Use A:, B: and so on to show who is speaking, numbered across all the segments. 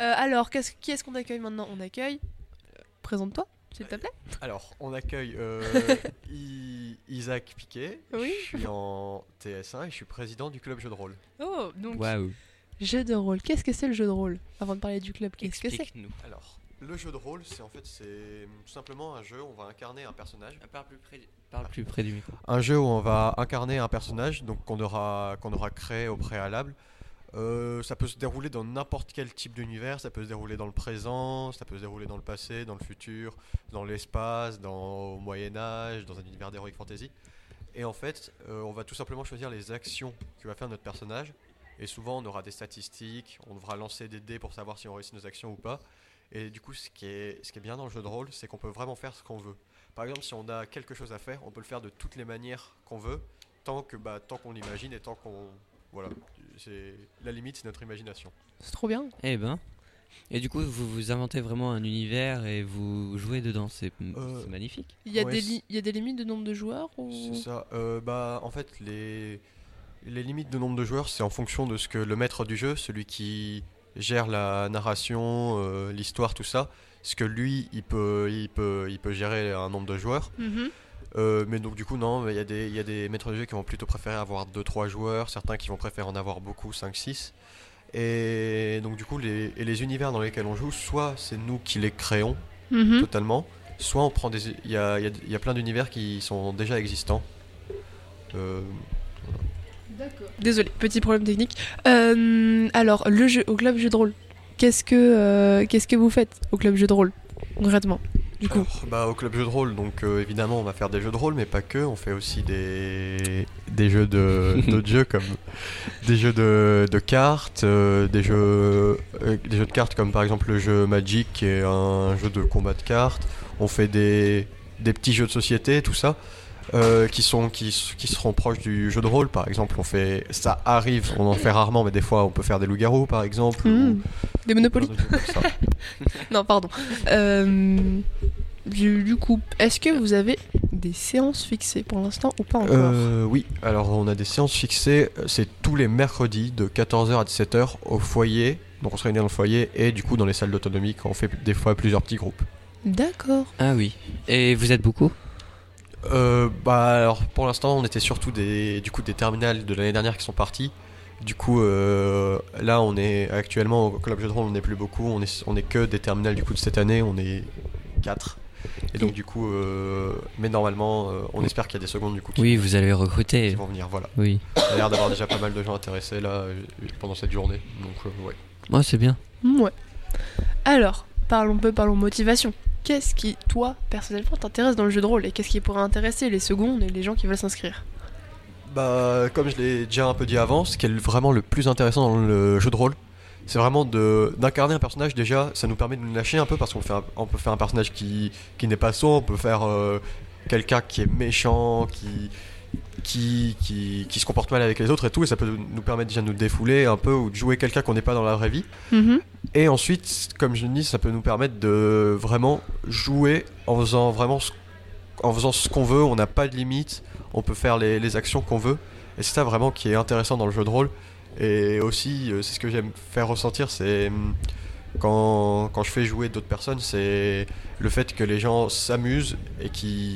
A: Alors, qui est-ce qu'on accueille maintenant? On accueille. Présente-toi, s'il te plaît.
B: Alors, on accueille Isaac Piquet.
A: Oui.
B: Je suis en TS1 et je suis président du club jeu de rôle.
A: Oh, donc,
C: Waouh.
A: jeu de rôle. Qu'est-ce que c'est le jeu de rôle? Avant de parler du club, qu'est-ce que c'est?
C: Explique-nous.
B: Alors, le jeu de rôle, c'est tout simplement un jeu où on va incarner un personnage.
C: Parle plus près du micro.
B: Un jeu où on va incarner un personnage donc qu'on aura créé au préalable. Ça peut se dérouler dans n'importe quel type d'univers, ça peut se dérouler dans le présent, ça peut se dérouler dans le passé, dans le futur, dans l'espace, au Moyen-Âge, dans un univers d'Heroic Fantasy. Et en fait, on va tout simplement choisir les actions que va faire notre personnage. Et souvent, on aura des statistiques, on devra lancer des dés pour savoir si on réussit nos actions ou pas. Et du coup, ce qui est bien dans le jeu de rôle, c'est qu'on peut vraiment faire ce qu'on veut. Par exemple, si on a quelque chose à faire, on peut le faire de toutes les manières qu'on veut, tant qu'on l'imagine et tant qu'on... Voilà, la limite, c'est notre imagination.
A: C'est trop bien.
C: Eh ben. Et du coup, vous inventez vraiment un univers et vous jouez dedans. C'est magnifique.
A: Il y a
B: Ouais,
A: il y a des limites de nombre de joueurs ou...
B: C'est ça. En fait, les limites de nombre de joueurs, c'est en fonction de ce que le maître du jeu, celui qui gère la narration, l'histoire, tout ça, ce que lui, il peut gérer un nombre de joueurs.
A: Mhm.
B: Mais donc du coup non, il y a des maîtres de jeu qui vont plutôt préférer avoir 2-3 joueurs, certains qui vont préférer en avoir beaucoup, 5-6. Et donc du coup les univers dans lesquels on joue, soit c'est nous qui les créons
A: Mhm.
B: totalement, soit on prend il y a plein d'univers qui sont déjà existants.
A: Désolé, petit problème technique. Alors, le jeu au club jeu de rôle, qu'est-ce que vous faites au club jeu de rôle, concrètement, du coup?
B: Alors, au club jeu de rôle, donc évidemment on va faire des jeux de rôle, mais pas que, on fait aussi des jeux d'autres jeux comme des jeux de cartes, des jeux de cartes comme par exemple le jeu Magic qui est un jeu de combat de cartes. On fait des petits jeux de société, tout ça, qui seront proches du jeu de rôle. Par exemple, ça arrive, on en fait rarement, mais des fois on peut faire des loups-garous par exemple.
A: Des Monopoly?
B: Ou des jeux comme ça.
A: Non, pardon. Du coup, est-ce que vous avez des séances fixées pour l'instant ou pas encore?
B: Oui, alors on a des séances fixées, c'est tous les mercredis de 14h à 17h au foyer. Donc on se réunit dans le foyer et du coup dans les salles d'autonomie quand on fait des fois plusieurs petits groupes.
A: D'accord.
C: Ah oui. Et vous êtes beaucoup?
B: Alors pour l'instant on était surtout des terminales de l'année dernière qui sont partis. Du coup là on est actuellement au club jeu de rôle, on n'est plus beaucoup, on est que des terminales du coup de cette année, on est 4. Et donc du coup mais normalement on espère qu'il y a des secondes du coup
C: Oui, vous allez recruter.
B: qui vont venir, voilà.
C: Oui.
B: Il y a l'air d'avoir déjà pas mal de gens intéressés là pendant cette journée. Donc ouais.
C: Moi, c'est bien.
A: Ouais. Alors, parlons motivation. Qu'est-ce qui, toi, personnellement, t'intéresse dans le jeu de rôle et qu'est-ce qui pourrait intéresser les secondes et les gens qui veulent s'inscrire?
B: Comme je l'ai déjà un peu dit avant, ce qui est vraiment le plus intéressant dans le jeu de rôle, c'est vraiment d'incarner un personnage. Déjà, ça nous permet de nous lâcher un peu parce qu'on peut faire un personnage qui n'est pas sombre, on peut faire quelqu'un qui est méchant, qui se comporte mal avec les autres et tout, et ça peut nous permettre déjà de nous défouler un peu ou de jouer quelqu'un qu'on n'est pas dans la vraie vie.
A: Mhm.
B: Et ensuite, comme je le dis, ça peut nous permettre de vraiment jouer en faisant ce qu'on veut, on n'a pas de limite, on peut faire les actions qu'on veut. Et c'est ça vraiment qui est intéressant dans le jeu de rôle. Et aussi, c'est ce que j'aime faire ressentir, c'est quand je fais jouer d'autres personnes, c'est le fait que les gens s'amusent et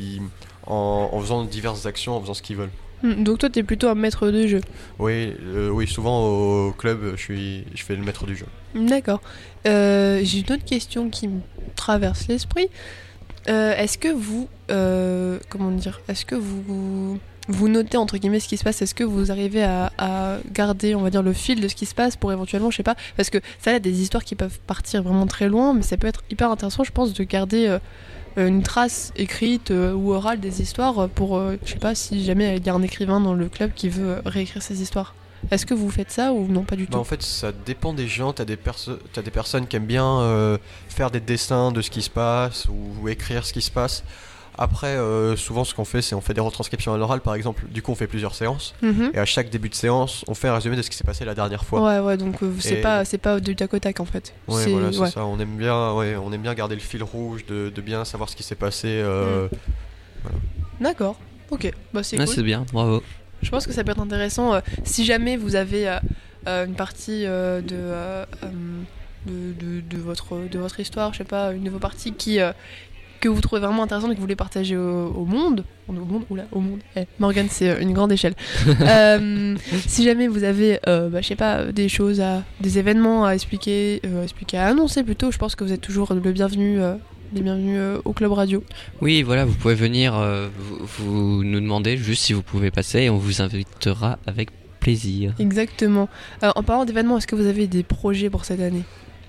B: en faisant diverses actions, en faisant ce qu'ils veulent.
A: Donc toi, t'es plutôt un maître de jeu.
B: Oui, souvent au club, je fais le maître du jeu.
A: D'accord. J'ai une autre question qui me traverse l'esprit. Est-ce que vous... comment dire? Est-ce que vous notez, entre guillemets, ce qui se passe? Est-ce que vous arrivez à garder, on va dire, le fil de ce qui se passe pour éventuellement, je sais pas... Parce que ça, il y a des histoires qui peuvent partir vraiment très loin, mais ça peut être hyper intéressant, je pense, de garder... une trace écrite ou orale des histoires pour, je sais pas, si jamais il y a un écrivain dans le club qui veut réécrire ses histoires. Est-ce que vous faites ça ou non, pas du tout?
B: En fait, ça dépend des gens. T'as des personnes qui aiment bien faire des dessins de ce qui se passe ou écrire ce qui se passe. Après, souvent, ce qu'on fait, c'est on fait des retranscriptions à l'oral, par exemple. Du coup, on fait plusieurs séances.
A: Mhm.
B: Et à chaque début de séance, on fait un résumé de ce qui s'est passé la dernière fois.
A: Ouais, donc c'est pas du tac au tac en fait.
B: Ouais, voilà, c'est ça. On aime bien garder le fil rouge, de bien savoir ce qui s'est passé. Voilà.
A: D'accord, ok, bah c'est
C: Ouais,
A: cool.
C: c'est bien, bravo.
A: Je pense que ça peut être intéressant si jamais vous avez une partie de votre histoire, je sais pas, une de vos parties que vous trouvez vraiment intéressante et que vous voulez partager au monde. Au monde. Morgane, c'est une grande échelle. Si jamais vous avez, je sais pas, des événements à expliquer, à annoncer plutôt, je pense que vous êtes toujours le bienvenu. Les bienvenus au Club Radio.
C: Oui, voilà, vous pouvez venir, vous nous demander juste si vous pouvez passer et on vous invitera avec plaisir.
A: Exactement. En parlant d'événements, est-ce que vous avez des projets pour cette année ?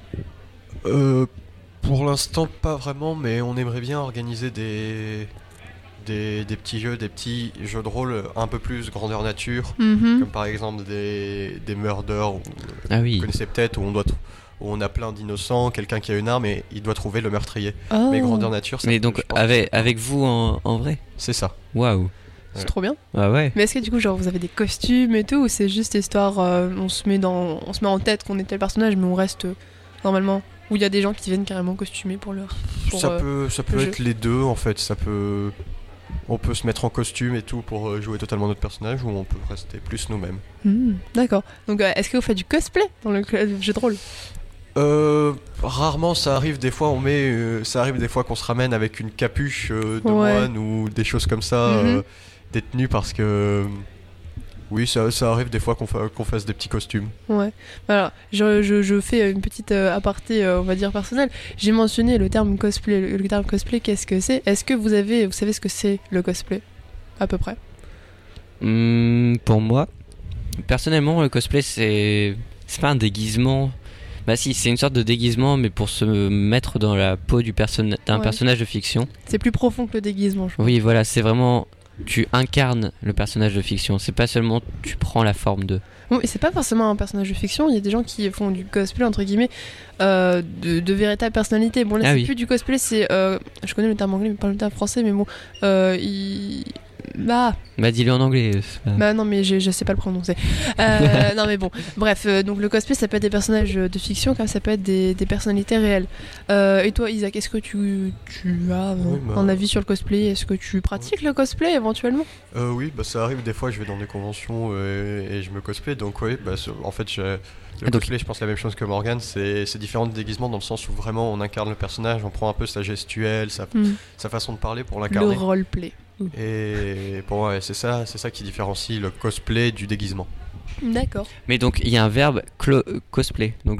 B: Pour l'instant, pas vraiment, mais on aimerait bien organiser des petits jeux de rôle un peu plus grandeur nature, comme par exemple des murders, vous connaissez peut-être, où on a plein d'innocents, quelqu'un qui a une arme et il doit trouver le meurtrier.
A: Oh.
B: Mais grandeur nature, ça.
C: Mais donc avec vous en vrai ?
B: C'est ça.
C: Waouh.
A: C'est trop bien.
C: Ah ouais.
A: Mais est-ce que du coup, genre, vous avez des costumes et tout, ou c'est juste histoire, on se met en tête qu'on est tel personnage, mais on reste normalement, ou il y a des gens qui viennent carrément costumés pour
B: ça peut être les deux en fait. On peut se mettre en costume et tout pour jouer totalement notre personnage, ou on peut rester plus nous-mêmes.
A: D'accord. Donc, est-ce que vous faites du cosplay dans le jeu de rôle ?
B: Rarement, ça arrive des fois qu'on se ramène avec une capuche de moine ou des choses comme ça, des tenues, parce que oui, ça arrive des fois qu'on fasse des petits costumes. Ouais. Alors, je fais une petite aparté, on va dire personnelle. J'ai mentionné le terme cosplay. Le terme cosplay, qu'est-ce que c'est ? Est-ce que vous savez ce que c'est le cosplay ? À peu près.
C: Pour moi, personnellement, le cosplay, c'est pas un déguisement. Bah si, c'est une sorte de déguisement, mais pour se mettre dans la peau d'un personnage de fiction.
A: C'est plus profond que le déguisement, je pense.
C: Oui, voilà, c'est vraiment... Tu incarnes le personnage de fiction, c'est pas seulement tu prends la forme de...
A: Oui, c'est pas forcément un personnage de fiction, il y a des gens qui font du cosplay, entre guillemets, de véritables personnalités. Bon, là, c'est plus du cosplay, c'est... je connais le terme anglais, mais pas le terme français, mais bon... Bah
C: dis-le en anglais.
A: Bah non, mais je sais pas le prononcer. Non mais bon, bref, donc le cosplay, ça peut être des personnages de fiction, comme ça peut être des personnalités réelles. Et toi, Isaac, est-ce que tu as un avis sur le cosplay ? Est-ce que tu pratiques le cosplay éventuellement ?
B: Oui, bah ça arrive des fois, je vais dans des conventions et je me cosplay, donc oui, bah, en fait le cosplay, je pense la même chose que Morgane, c'est différents déguisements dans le sens où vraiment on incarne le personnage, on prend un peu sa gestuelle, sa façon de parler pour l'incarner.
A: Le roleplay.
B: Et pour moi, c'est ça qui différencie le cosplay du déguisement.
A: D'accord.
C: Mais donc il y a un verbe cosplay. Donc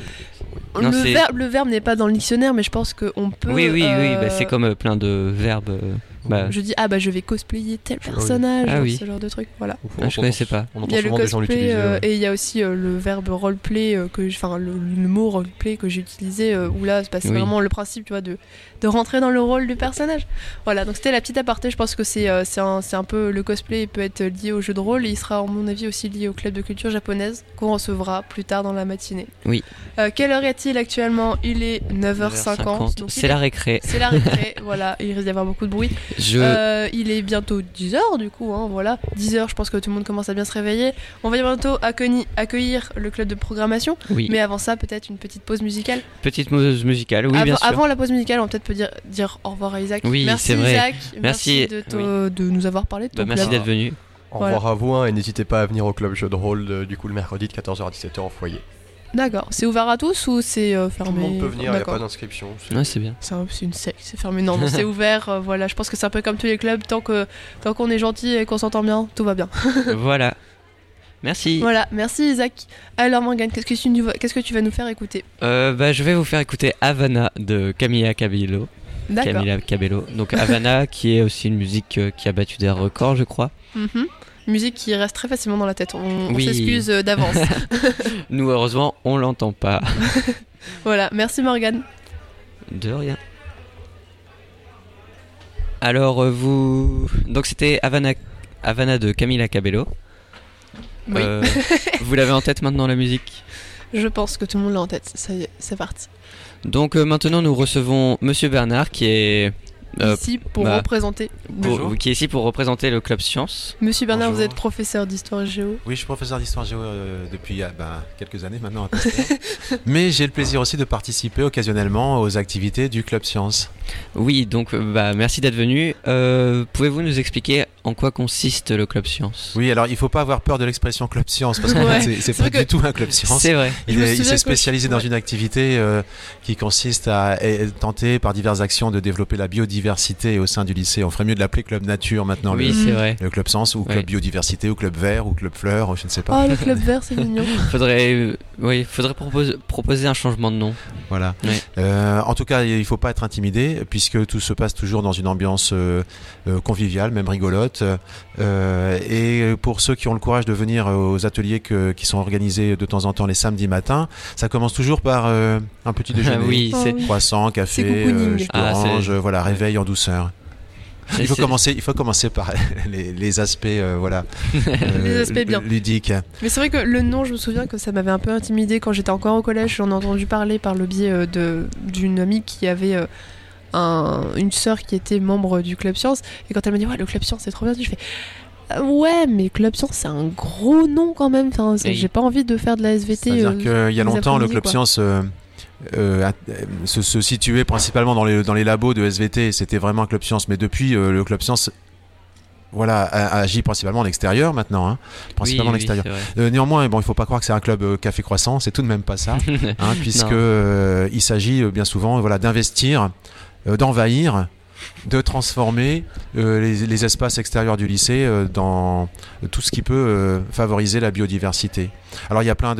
A: le verbe n'est pas dans le dictionnaire, mais je pense qu'on peut.
C: Oui, bah, c'est comme plein de verbes.
A: Je dis je vais cosplayer tel personnage, ce genre de truc, voilà.
C: Je connaissais pas.
B: On
A: il y a le cosplay
B: et
A: il y a aussi le verbe roleplay le mot roleplay que j'ai utilisé où là c'est vraiment le principe, tu vois, de rentrer dans le rôle du personnage. Voilà, donc c'était la petite aparté. Je pense que c'est un peu le cosplay peut être lié au jeu de rôle et il sera à mon avis aussi lié au club de culture japonaise qu'on recevra plus tard dans la matinée.
C: Oui.
A: Quelle heure est-il actuellement ? Il est 9h50. Donc
C: c'est la récré.
A: C'est la récré, voilà, il risque d'y avoir beaucoup de bruit. Il est bientôt 10h du coup, voilà. 10h, je pense que tout le monde commence à bien se réveiller. On va bientôt accueillir le club de programmation. Oui. Mais avant ça, peut-être une petite pause musicale.
C: Petite pause musicale, oui, bien sûr.
A: Avant la pause musicale, on peut dire au revoir à Isaac.
C: Oui,
A: merci
C: c'est vrai.
A: Isaac.
C: Merci
A: de nous avoir parlé de ton
C: merci d'être venu.
B: Au revoir à vous et n'hésitez pas à venir au club jeu de rôle du coup le mercredi de 14h à 17h au foyer. D'accord. C'est ouvert à tous ou c'est fermé ? Tout le monde peut venir, il n'y a pas d'inscription.
C: C'est bien.
A: C'est une secte, c'est fermé. Non, c'est ouvert. Voilà, je pense que c'est un peu comme tous les clubs. Tant qu'on est gentil et qu'on s'entend bien, tout va bien.
C: Voilà. Merci.
A: Voilà, merci Isaac. Alors Morgane, qu'est-ce que tu vas nous faire écouter ?
C: Je vais vous faire écouter Havana de Camila Cabello.
A: D'accord.
C: Camila Cabello. Donc Havana, qui est aussi une musique qui a battu des records, je crois.
A: Musique qui reste très facilement dans la tête. On s'excuse d'avance.
C: Nous, heureusement, on l'entend pas.
A: Voilà, merci Morgane.
C: De rien. Alors, donc c'était Havana de Camila Cabello.
A: Oui.
C: Vous l'avez en tête maintenant, la musique ?
A: Je pense que tout le monde l'a en tête. Ça y est, c'est parti.
C: Donc maintenant, nous recevons Monsieur Bernard, qui est...
A: ici pour représenter.
C: Qui est ici pour représenter le club Science.
A: Monsieur Bernard, bonjour. Vous êtes professeur d'histoire géo.
D: Oui, je suis professeur d'histoire géo depuis quelques années maintenant à Pasteur. Mais j'ai le plaisir aussi de participer occasionnellement aux activités du club Science.
C: Oui, donc merci d'être venu. Pouvez-vous nous expliquer en quoi consiste le Club Science ?
D: Oui, alors il faut pas avoir peur de l'expression Club Science parce que c'est pas du tout un Club Science.
C: C'est vrai.
D: Il s'est spécialisé dans une activité qui consiste à tenter par diverses actions de développer la biodiversité au sein du lycée. On ferait mieux de l'appeler Club Nature maintenant.
C: Oui, c'est vrai.
D: Le Club Science ou Club Biodiversité ou Club Vert ou Club Fleur, je ne sais pas.
A: Oh, le Club Vert, c'est mignon.
C: Faudrait proposer un changement de nom.
D: Voilà.
C: Ouais.
D: En tout cas, il ne faut pas être intimidé puisque tout se passe toujours dans une ambiance conviviale, même rigolote. Et pour ceux qui ont le courage de venir aux ateliers qui sont organisés de temps en temps les samedis matins, ça commence toujours par un petit déjeuner.
C: Oui,
A: c'est
D: croissant, café, jus d'orange, réveil en douceur. Il faut commencer par les aspects
A: les aspects bien
D: ludiques.
A: Mais c'est vrai que le nom, je me souviens que ça m'avait un peu intimidée quand j'étais encore au collège. J'en ai entendu parler par le biais d'une amie qui avait une sœur qui était membre du Club Science. Et quand elle m'a dit le Club Science c'est trop bien, je fais ouais, mais Club Science c'est un gros nom quand même. Enfin, j'ai pas envie de faire de la SVT.
D: C'est-à-dire qu'il y a longtemps le Club Science se situait principalement dans les labos de SVT. C'était vraiment un Club Science, mais depuis le Club Science agit principalement en extérieur maintenant, principalement en extérieur. Néanmoins, il faut pas croire que c'est un club café croissant, c'est tout de même pas ça, puisque il s'agit bien souvent d'investir, d'envahir, de transformer les espaces extérieurs du lycée dans tout ce qui peut favoriser la biodiversité. Alors il y a plein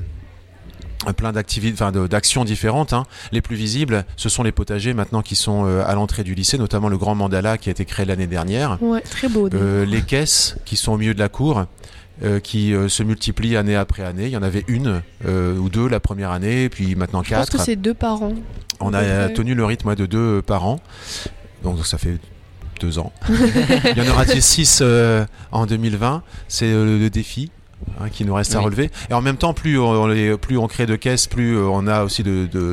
D: d'activités, d'actions différentes. Les plus visibles, ce sont les potagers maintenant qui sont à l'entrée du lycée, notamment le grand mandala qui a été créé l'année dernière.
A: Ouais, très beau.
D: Les caisses qui sont au milieu de la cour, qui se multiplient année après année. Il y en avait une ou deux la première année, puis maintenant 4.
A: Je pense que c'est 2 par an.
D: On a tenu le rythme de 2 par an, donc ça fait 2 ans. Il y en aura 6 en 2020. C'est le défi qui nous reste à relever. Et en même temps, plus on crée de caisses, plus on a aussi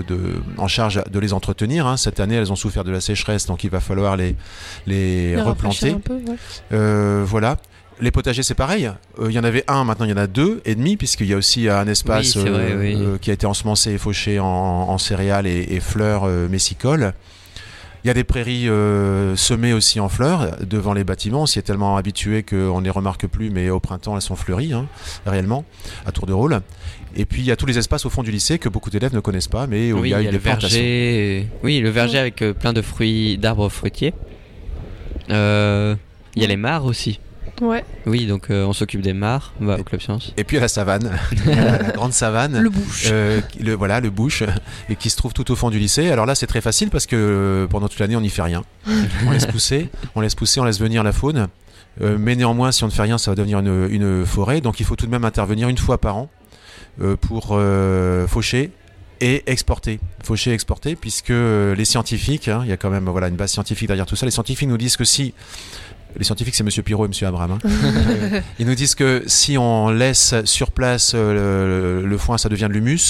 D: en charge de les entretenir. Cette année, elles ont souffert de la sécheresse, donc il va falloir les replanter.
A: Un peu,
D: voilà. Les potagers, c'est pareil. Il y en avait un, maintenant il y en a 2 et demi, puisqu'il y a aussi un espace qui a été ensemencé et fauché en céréales et fleurs messicoles. Il y a des prairies semées aussi en fleurs devant les bâtiments. On s'y est tellement habitué qu'on ne les remarque plus, mais au printemps elles sont fleuries, réellement, à tour de rôle. Et puis il y a tous les espaces au fond du lycée que beaucoup d'élèves ne connaissent pas, mais où il y a des plantations.
C: Oui, le verger avec plein de d'arbres fruitiers. Il y a les mares aussi.
A: Ouais.
C: Oui, donc on s'occupe des mares au Club Science.
D: Et puis à la savane, la grande savane.
A: Le bush.
D: Le bush, et qui se trouve tout au fond du lycée. Alors là, c'est très facile parce que pendant toute l'année, on n'y fait rien. On laisse pousser, on laisse venir la faune. Mais néanmoins, si on ne fait rien, ça va devenir une forêt. Donc il faut tout de même intervenir une fois par an pour faucher et exporter. Faucher et exporter, puisque les scientifiques, il y a quand même une base scientifique derrière tout ça. Les scientifiques nous disent que les scientifiques, c'est M. Pirot et M. Abraham. Ils nous disent que si on laisse sur place le foin, ça devient de l'humus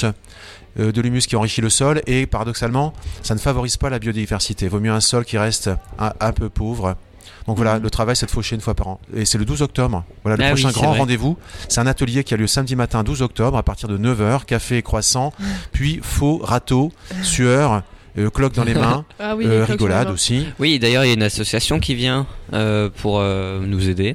D: qui enrichit le sol, et paradoxalement, ça ne favorise pas la biodiversité. Il vaut mieux un sol qui reste un peu pauvre. Donc voilà, le travail, c'est de faucher une fois par an. Et c'est le 12 octobre. Voilà, le prochain grand rendez-vous. C'est un atelier qui a lieu samedi matin 12 octobre à partir de 9h. Café et croissant, puis faux, râteau, sueur, cloque dans les mains, rigolade aussi.
C: Oui, d'ailleurs, il y a une association qui vient pour nous aider.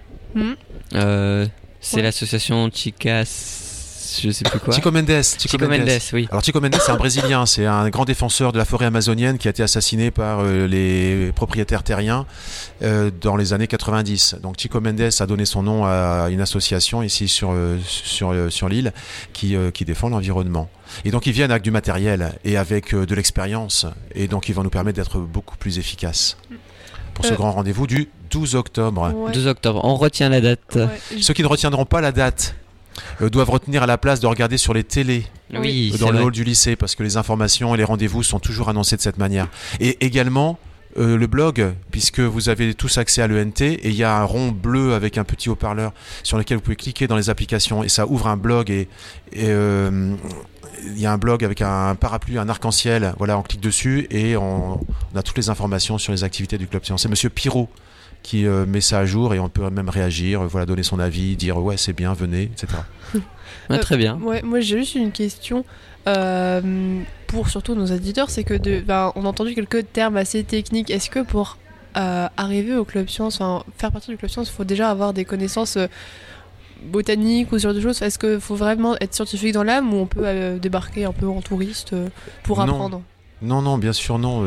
C: C'est l'association Chicas... Je sais plus quoi.
D: Chico Mendes,
C: oui.
D: Alors Chico Mendes, c'est un Brésilien, c'est un grand défenseur de la forêt amazonienne qui a été assassiné par les propriétaires terriens dans les années 90. Donc Chico Mendes a donné son nom à une association ici sur l'île qui défend l'environnement. Et donc ils viennent avec du matériel et avec de l'expérience, et donc ils vont nous permettre d'être beaucoup plus efficaces pour ce grand rendez-vous du 12 octobre.
C: Ouais. 12 octobre, on retient la date.
D: Ceux qui ne retiendront pas la date doivent retenir à la place de regarder sur les télés dans le hall du lycée, parce que les informations et les rendez-vous sont toujours annoncés de cette manière. Et également le blog, puisque vous avez tous accès à l'ENT, et il y a un rond bleu avec un petit haut-parleur sur lequel vous pouvez cliquer dans les applications et ça ouvre un blog, et il y a un blog avec un parapluie, un arc-en-ciel, on clique dessus et on a toutes les informations sur les activités du Club Science. C'est Monsieur Pirot qui met ça à jour, et on peut même réagir, donner son avis, dire ouais c'est bien, venez, etc.
C: Très bien.
A: Moi j'ai juste une question. pour surtout nos éditeurs, c'est que on a entendu quelques termes assez techniques. Est-ce que pour arriver au Club Science, faire partie du Club Science, il faut déjà avoir des connaissances botaniques ou ce genre de choses? Est-ce qu'il faut vraiment être scientifique dans l'âme ou on peut débarquer un peu en touriste pour apprendre?
D: Non, bien sûr non.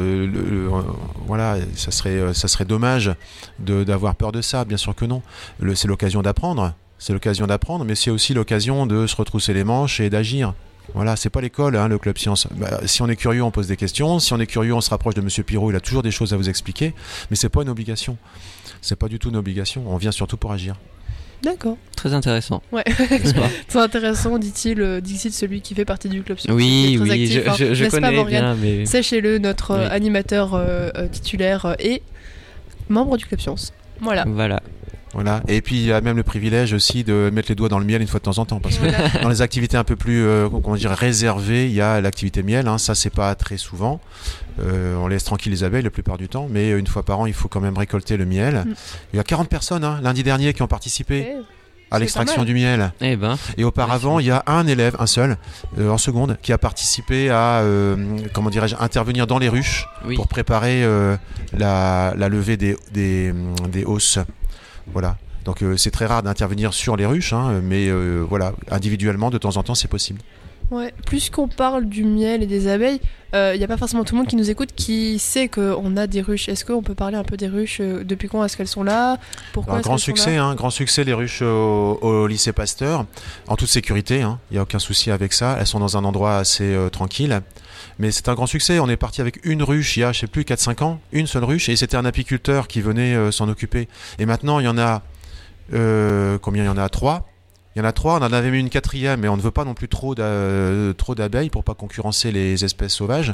D: Voilà, ça serait dommage d'avoir peur de ça. Bien sûr que non. C'est l'occasion d'apprendre. Mais c'est aussi l'occasion de se retrousser les manches et d'agir. Voilà, c'est pas l'école, le Club Science. Si on est curieux, on pose des questions. Si on est curieux, on se rapproche de Monsieur Pirot. Il a toujours des choses à vous expliquer. Mais c'est pas une obligation. C'est pas du tout une obligation. On vient surtout pour agir.
A: D'accord.
C: Très intéressant.
A: Ouais. Très intéressant, dit-il celui qui fait partie du Club Science.
C: Oui,
A: très actif,
C: je connais bien. Mais...
A: Sachez-le, notre animateur titulaire et membre du Club Science. Voilà.
D: Et puis il y a même le privilège aussi de mettre les doigts dans le miel une fois de temps en temps, parce que dans les activités un peu plus réservées, il y a l'activité miel, ça c'est pas très souvent, on laisse tranquille les abeilles la plupart du temps, mais une fois par an il faut quand même récolter le miel. Il y a 40 personnes lundi dernier qui ont participé à l'extraction du miel. Et auparavant il y a un seul en seconde qui a participé à intervenir dans les ruches pour préparer la levée des hausses. Voilà, donc c'est très rare d'intervenir sur les ruches, mais voilà, individuellement de temps en temps c'est possible.
A: Ouais, plus qu'on parle du miel et des abeilles, il n'y a pas forcément tout le monde qui nous écoute qui sait qu'on a des ruches. Est-ce qu'on peut parler un peu des ruches? Depuis quand est-ce qu'elles sont là? Pourquoi
D: grand succès les ruches au lycée Pasteur, en toute sécurité, il n'y a aucun souci avec ça. Elles sont dans un endroit assez tranquille. Mais c'est un grand succès, on est parti avec une ruche il y a, 4-5 ans, une seule ruche, et c'était un apiculteur qui venait s'en occuper. Et maintenant, il y en a... combien il y en a? 3. Il y en a 3, on en avait mis une 4e, mais on ne veut pas non plus trop d'abeilles pour pas concurrencer les espèces sauvages.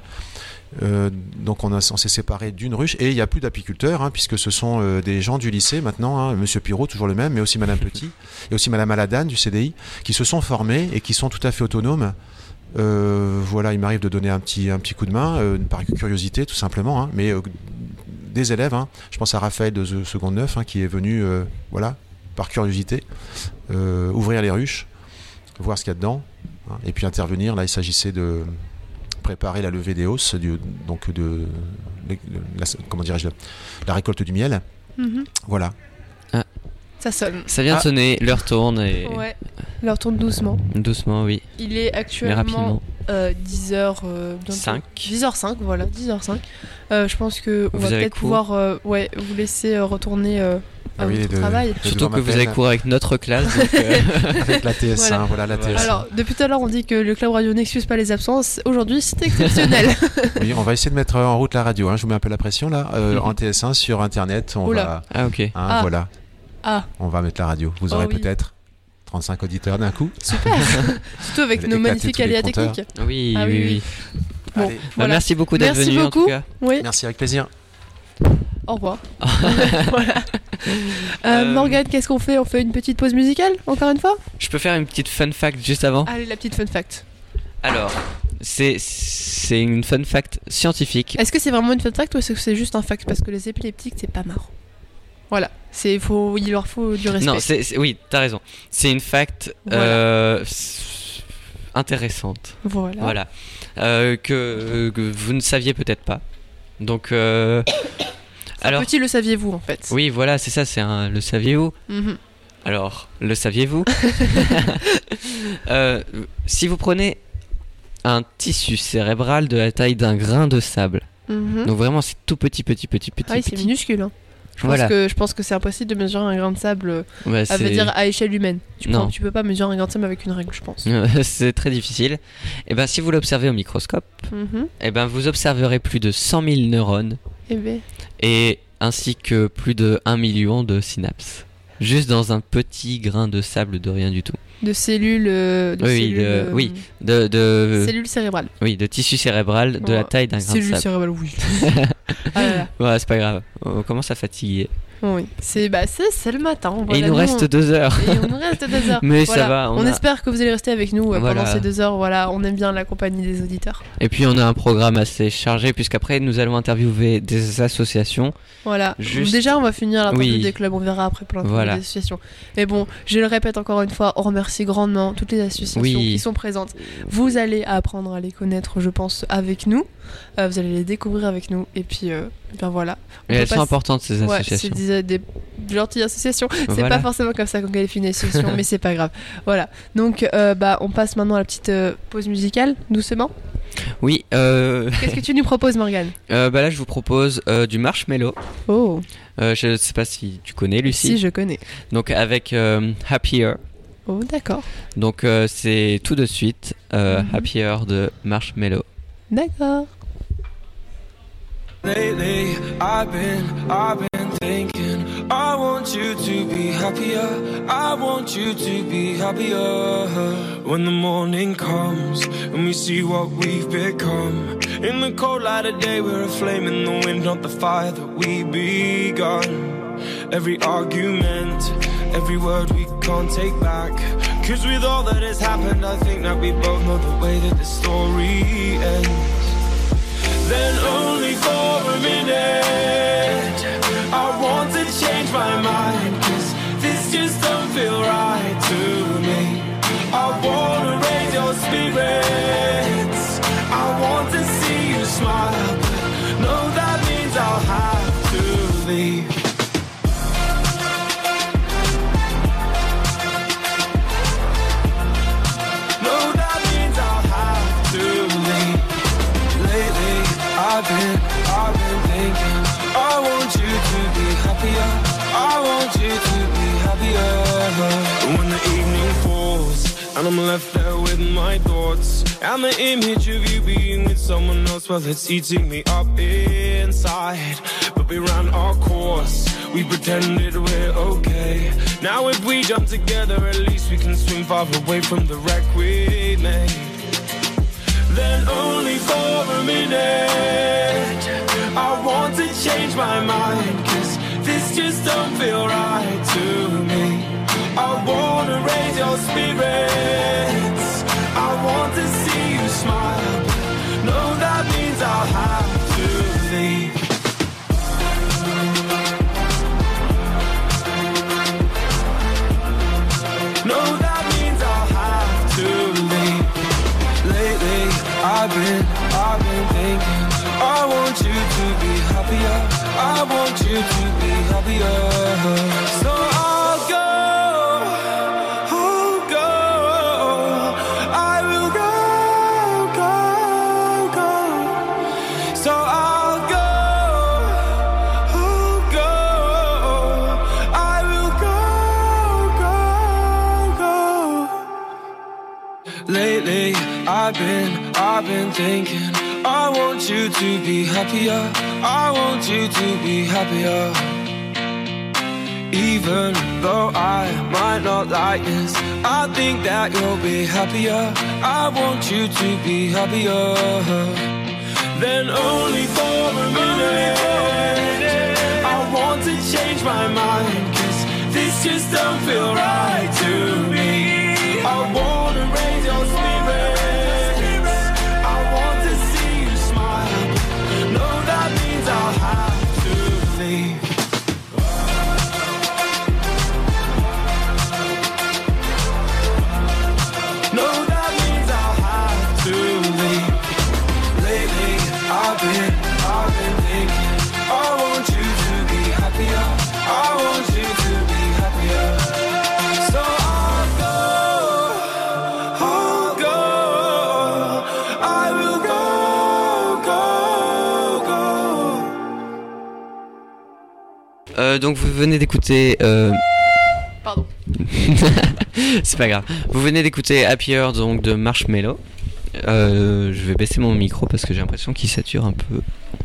D: Donc on s'est séparé d'une ruche, et il n'y a plus d'apiculteurs, puisque ce sont des gens du lycée maintenant, Monsieur Pirot, toujours le même, mais aussi Madame Petit, et aussi Madame Aladane du CDI, qui se sont formés et qui sont tout à fait autonomes. Voilà, il m'arrive de donner un petit coup de main par curiosité tout simplement, mais des élèves, je pense à Raphaël de seconde 9 qui est venu par curiosité ouvrir les ruches, voir ce qu'il y a dedans, et puis intervenir. Là il s'agissait de préparer la levée des hausses, la récolte du miel. Voilà.
A: Ça sonne.
C: Ça vient de sonner, l'heure tourne.
A: Ouais, l'heure tourne doucement.
C: Doucement, oui.
A: Il est actuellement 10h05. 10h05, voilà, 10h05. Je pense qu'on va peut-être pouvoir vous laisser retourner à votre travail.
C: Surtout que vous allez courir avec notre classe. Donc
D: avec la TS1, voilà la TS1.
A: Alors, depuis tout à l'heure, on dit que le Club Radio n'excuse pas les absences. Aujourd'hui, c'est exceptionnel.
D: Oui, on va essayer de mettre en route la radio. Je vous mets un peu la pression là. En TS1 sur Internet, on va...
C: Ah, ok.
D: Voilà. On va mettre la radio. Vous aurez peut-être 35 auditeurs d'un coup.
A: Super. Surtout avec nos magnifiques aléas techniques.
C: Oui.
A: Bon,
C: voilà. Merci beaucoup d'être venu en tout cas.
A: Oui.
D: Merci, avec plaisir.
A: Au revoir. Morgane, qu'est-ce qu'on fait? On fait une petite pause musicale, encore une fois?
C: Je peux faire une petite fun fact juste avant?
A: Allez, la petite fun fact.
C: Alors, c'est une fun fact scientifique.
A: Est-ce que c'est vraiment une fun fact ou est-ce que c'est juste un fact? Parce que les épileptiques, c'est pas marrant. Voilà, il leur faut du respect.
C: Non, oui, t'as raison. C'est une fact intéressante. Voilà. Que vous ne saviez peut-être pas. Donc, alors,
A: petit le saviez-vous en fait?
C: Oui, voilà, c'est ça, c'est un le saviez-vous. Alors, le saviez-vous? Si vous prenez un tissu cérébral de la taille d'un grain de sable, donc vraiment c'est tout petit.
A: Ah oui, c'est minuscule. Je pense que c'est impossible de mesurer un grain de sable à échelle humaine. Tu peux pas mesurer un grain de sable avec une règle, je pense.
C: C'est très difficile. Et ben si vous l'observez au microscope, et ben vous observerez plus de 100 000 neurones et ainsi que plus de 1 million de synapses. Juste dans un petit grain de sable de rien du tout.
A: De cellules. Cellules cérébrales.
C: Oui, de tissu cérébral de la taille d'un grain de sable.
A: Cellules cérébrales, oui.
C: Ouais, c'est pas grave. On commence à fatiguer.
A: Oui, c'est le matin.
C: Et
A: Voilà,
C: il nous reste 2 heures.
A: Et on nous reste 2 heures.
C: Mais
A: Voilà.
C: ça va.
A: On espère que vous allez rester avec nous
C: Voilà.
A: pendant ces 2 heures. Voilà, on aime bien la compagnie des auditeurs.
C: Et puis on a un programme assez chargé puisqu'après nous allons interviewer des associations.
A: Voilà.
C: Juste-
A: Déjà, on va finir l'interview
C: Oui.
A: des clubs. On verra après pour l'interview
C: Voilà.
A: des associations. Mais bon, je le répète encore une fois, on remercie grandement toutes les associations
C: Oui.
A: qui sont présentes. Vous allez apprendre à les connaître, je pense, avec nous. Vous allez les découvrir avec nous. Et puis, ben voilà. On
C: Et
A: peut
C: elles sont
A: pas-
C: importantes ces
A: Ouais,
C: associations.
A: c'est des gentilles associations. C'est
C: Voilà.
A: pas forcément comme ça qu'on qualifie une association, mais c'est pas grave. Voilà. Donc, on passe maintenant à la petite pause musicale, doucement.
C: Oui.
A: Qu'est-ce que tu nous proposes, Morgane?
C: Là je vous propose du Marshmello.
A: Oh,
C: Je sais pas si tu connais Lucie.
A: si je connais.
C: Donc avec Happier.
A: Oh, d'accord.
C: Donc c'est tout de suite Happier de Marshmello.
A: D'accord.
E: Lately, I've been thinking. I want you to be happier. I want you to be happier. When the morning comes and we see what we've become. In the cold light of day, we're a flame in the wind, not the fire that we begun. Every argument, every word we can't take back. 'Cause with all that has happened, I think that we both know the way that the story ends. Then only for a minute I want to change my mind, 'cause this just don't feel right to me. I wanna raise your spirits, I want to see you smile, but no, that means I'll have to leave. No, that means I'll have to leave. Lately, I've been thinking. I want you to be happier. I want you to be happier. When the evening falls and I'm left there with my thoughts, and the image of you being with someone else, well, it's eating me up inside. But we ran our course, we pretended we're okay. Now if we jump together, at least we can swim far away from the wreck we made. Then only for a minute I want to change my mind, 'cause this just don't feel right to me. I wanna raise your spirits, I want to see you smile, no, that means I'll have to leave. No, that means I'll have to leave. Lately, I've been thinking. I want you to be happier. I want you to be happier. So I'll go. I will go. So I'll go. I will go. Lately, I've been thinking. I want you to be happier. I want you to be happier. Even though I might not like this, I think that you'll be happier. I want you to be happier. Then only for a minute I want to change my mind, 'cause this just don't feel right to me. I wanna raise your spirits, I want to see you smile, no, that means I'll have to leave. No, that means I'll have to leave. Lately, I've been thinking. I want you to be happier. I want you to be happier. So I'll go. I will go.
C: Donc vous venez d'écouter.
A: Pardon.
C: C'est pas grave. Vous venez d'écouter Happier donc de Marshmello. Je vais baisser mon micro parce que j'ai l'impression qu'il sature un peu.